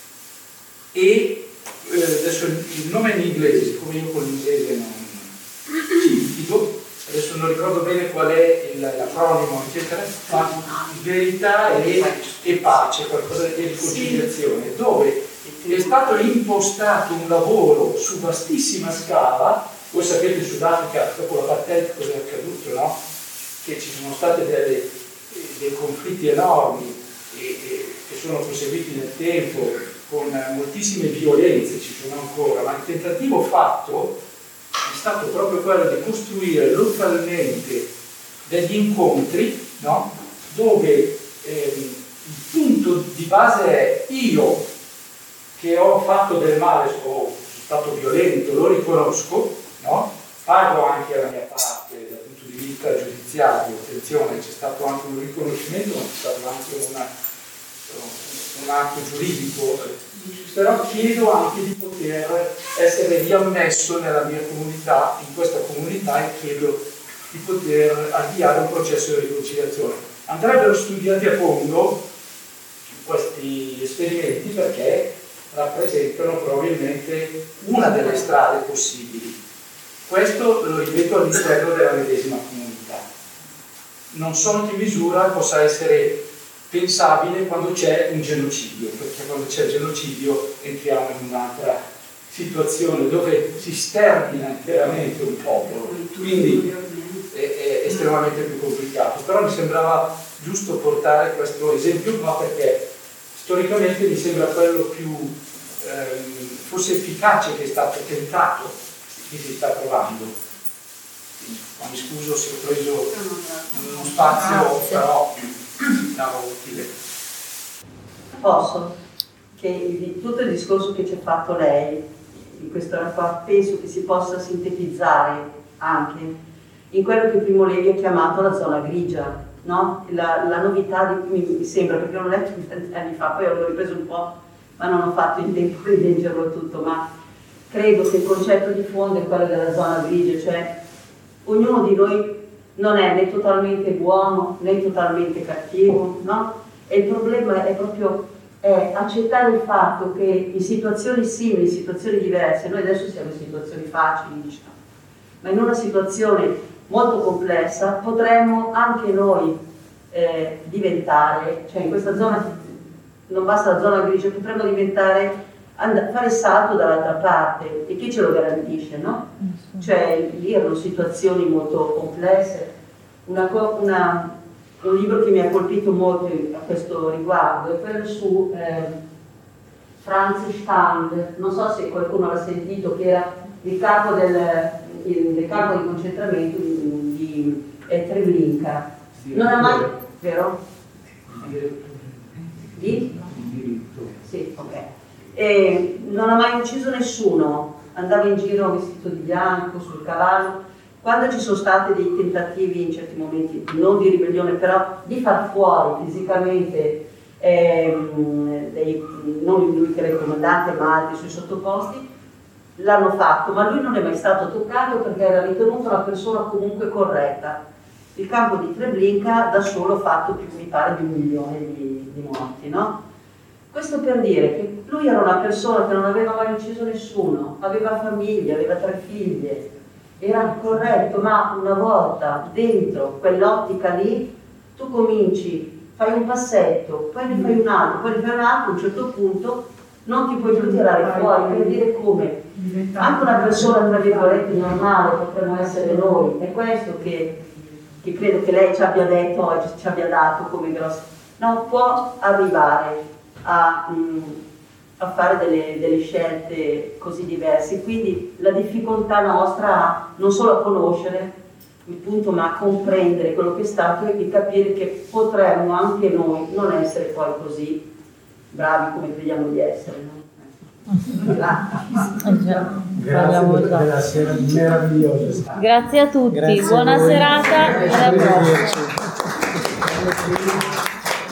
e eh, adesso il nome è in inglese, siccome io con l'inglese non dico, adesso non ricordo bene qual è il, l'acronimo, eccetera, ma verità e, e pace, qualcosa di riconciliazione, dove è stato impostato un lavoro su vastissima scala. Voi sapete in Sudafrica, dopo l'apartheid, cosa è accaduto, no? Che ci sono stati delle, dei conflitti enormi e, e, che sono proseguiti nel tempo con moltissime violenze, ci sono ancora, ma il tentativo fatto è stato proprio quello di costruire localmente degli incontri, no? Dove ehm, il punto di base è: io che ho fatto del male, o sono stato violento, lo riconosco, no? Pago anche la mia parte dal punto di vista giudiziario, attenzione, c'è stato anche un riconoscimento, ma c'è stato anche una, un atto giuridico, però chiedo anche di poter essere riammesso nella mia comunità, in questa comunità, e chiedo di poter avviare un processo di riconciliazione. Andrebbero studiati a fondo questi esperimenti, perché rappresentano probabilmente una delle strade possibili. Questo lo ripeto all'interno della medesima comunità. Non so in che misura possa essere pensabile quando c'è un genocidio, perché quando c'è il genocidio entriamo in un'altra situazione dove si stermina interamente un popolo, quindi è, è estremamente più complicato. Però mi sembrava giusto portare questo esempio qua, perché storicamente mi sembra quello più ehm, forse efficace che è stato tentato, che si sta provando. Ma mi scuso se ho preso uno spazio, però Ciao, utile. Posso? Che di tutto il discorso che ci ha fatto lei, in quest'ora qua, penso che si possa sintetizzare anche in quello che Primo Levi ha chiamato la zona grigia, no? La, la novità di cui mi sembra, perché l'ho letto tanti anni fa, poi l'ho ripreso un po', ma non ho fatto in tempo di leggerlo tutto, ma credo che il concetto di fondo è quello della zona grigia, cioè ognuno di noi non è né totalmente buono né totalmente cattivo, no? E il problema è proprio è accettare il fatto che in situazioni simili, in situazioni diverse, noi adesso siamo in situazioni facili, diciamo, ma in una situazione molto complessa potremmo anche noi eh, diventare, cioè in questa zona, non basta la zona grigia, potremmo diventare, and- fare salto dall'altra parte, e chi ce lo garantisce, no? Cioè lì erano situazioni molto complesse. Una, co- una, un libro che mi ha colpito molto a questo riguardo è quello su eh, Franz Stand, non so se qualcuno l'ha sentito, che era il capo del, il, del campo di concentramento di, di eh, Treblinka. Non ha mai, vero? Di? Sì, ok. E non ha mai ucciso nessuno, andava in giro vestito di bianco, sul cavallo. Quando ci sono stati dei tentativi in certi momenti, non di ribellione, però di far fuori fisicamente, ehm, dei, non lui che era il comandante, ma altri suoi sottoposti, l'hanno fatto, ma lui non è mai stato toccato perché era ritenuto una persona comunque corretta. Il campo di Treblinka da solo ha fatto più, mi pare, di un milione di, di morti, no? Questo per dire che lui era una persona che non aveva mai ucciso nessuno, aveva famiglia, aveva tre figlie, era corretto, ma una volta dentro quell'ottica lì, tu cominci, fai un passetto, poi ne fai un altro, poi ne fai un altro, a un certo punto non ti puoi più tirare fuori, per dire come anche una persona tra virgolette normale potremmo essere noi. È questo che, che credo che lei ci abbia detto oggi, ci abbia dato come grosso. Non può arrivare a, mh, a fare delle, delle scelte così diverse, quindi la difficoltà nostra non solo a conoscere il punto, ma a comprendere quello che è stato e capire che potremmo anche noi non essere poi così bravi come crediamo di essere, no? Grazie per la sera meravigliosa. Grazie a tutti, Grazie buona a serata e alla prossima.